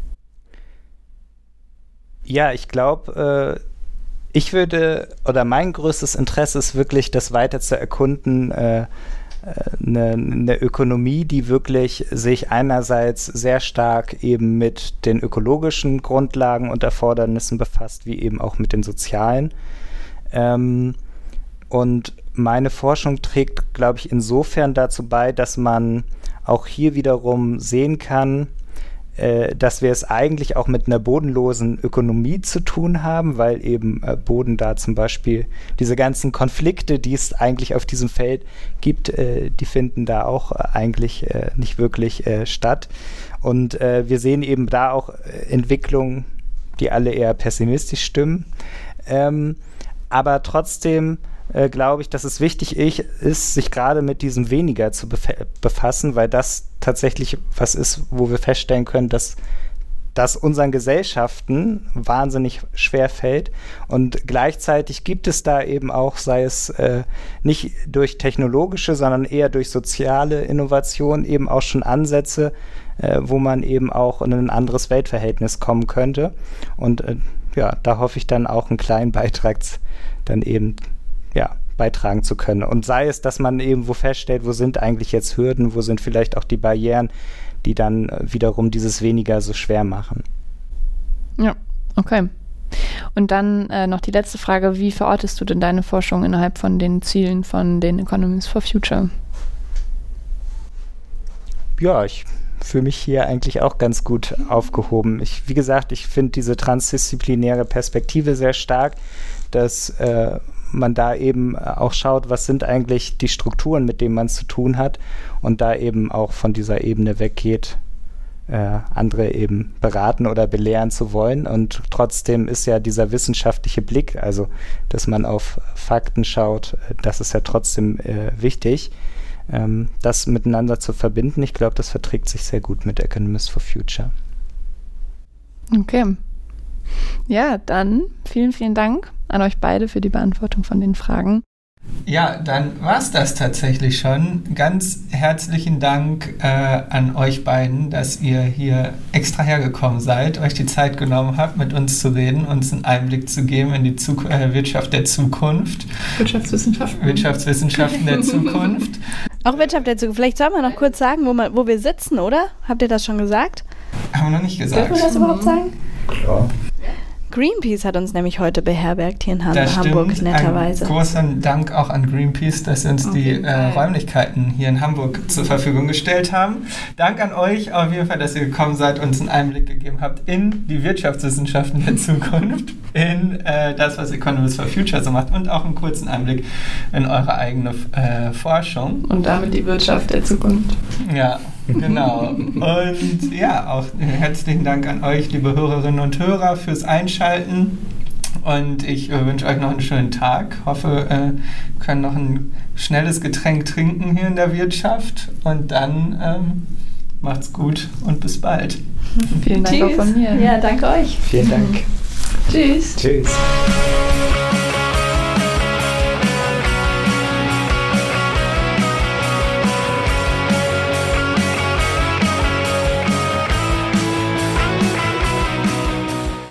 Ja, ich glaube, äh, ich würde, oder mein größtes Interesse ist wirklich, das weiter zu erkunden, äh, eine, eine Ökonomie, die wirklich sich einerseits sehr stark eben mit den ökologischen Grundlagen und Erfordernissen befasst, wie eben auch mit den sozialen. Ähm, und meine Forschung trägt, glaube ich, insofern dazu bei, dass man auch hier wiederum sehen kann, äh, dass wir es eigentlich auch mit einer bodenlosen Ökonomie zu tun haben, weil eben äh, Boden da zum Beispiel diese ganzen Konflikte, die es eigentlich auf diesem Feld gibt, äh, die finden da auch äh, eigentlich äh, nicht wirklich äh, statt. Und äh, wir sehen eben da auch äh, Entwicklungen, die alle eher pessimistisch stimmen. Ähm, aber trotzdem äh, glaube ich, dass es wichtig ist, sich gerade mit diesem Weniger zu bef- befassen, weil das tatsächlich was ist, wo wir feststellen können, dass das unseren Gesellschaften wahnsinnig schwer fällt. Und gleichzeitig gibt es da eben auch, sei es äh, nicht durch technologische, sondern eher durch soziale Innovation, eben auch schon Ansätze, äh, wo man eben auch in ein anderes Weltverhältnis kommen könnte. Und äh, ja, da hoffe ich dann auch einen kleinen Beitrag dann eben ja, beitragen zu können. Und sei es, dass man eben wo feststellt, wo sind eigentlich jetzt Hürden, wo sind vielleicht auch die Barrieren, die dann wiederum dieses Weniger so schwer machen.
Ja, okay. Und dann äh, noch die letzte Frage, wie verortest du denn deine Forschung innerhalb von den Zielen von den Economies for Future?
Ja, ich fühle mich hier eigentlich auch ganz gut aufgehoben. Ich, wie gesagt, ich finde diese transdisziplinäre Perspektive sehr stark, dass äh, man da eben auch schaut, was sind eigentlich die Strukturen, mit denen man es zu tun hat und da eben auch von dieser Ebene weggeht, äh, andere eben beraten oder belehren zu wollen. Und trotzdem ist ja dieser wissenschaftliche Blick, also dass man auf Fakten schaut, das ist ja trotzdem äh, wichtig, ähm, das miteinander zu verbinden. Ich glaube, das verträgt sich sehr gut mit Economists for Future.
Okay. Ja, dann vielen, vielen Dank an euch beide für die Beantwortung von den Fragen.
Ja, dann war es das tatsächlich schon. Ganz herzlichen Dank äh, an euch beiden, dass ihr hier extra hergekommen seid, euch die Zeit genommen habt, mit uns zu reden, uns einen Einblick zu geben in die Zuk- äh, Wirtschaft der Zukunft.
Wirtschaftswissenschaften.
Wirtschaftswissenschaften der Zukunft.
Auch Wirtschaft der Zukunft. Vielleicht soll man noch kurz sagen, wo, man, wo wir sitzen, oder? Habt ihr das schon gesagt?
Haben wir noch nicht gesagt.
Dürfen wir das überhaupt sagen?
Klar.
Greenpeace hat uns nämlich heute beherbergt hier in Han-
Das
Hamburg,
stimmt.
netterweise.
Ein großen Dank auch an Greenpeace, dass sie uns
Auf
die
jeden
äh,
Fall.
Räumlichkeiten hier in Hamburg zur Verfügung gestellt haben. Dank an euch auf jeden Fall, dass ihr gekommen seid, uns einen Einblick gegeben habt in die Wirtschaftswissenschaften der Zukunft, in äh, das, was Economists for Future so macht und auch einen kurzen Einblick in eure eigene äh, Forschung.
Und damit die Wirtschaft der Zukunft.
Ja, genau. Und ja, auch herzlichen Dank an euch, liebe Hörerinnen und Hörer, fürs Einschalten. Und ich äh, wünsche euch noch einen schönen Tag. Hoffe, äh, wir können noch ein schnelles Getränk trinken hier in der Wirtschaft. Und dann ähm, macht's gut und bis bald.
Vielen Dank auch von mir.
Ja, danke euch.
Vielen Dank.
Tschüss.
Tschüss.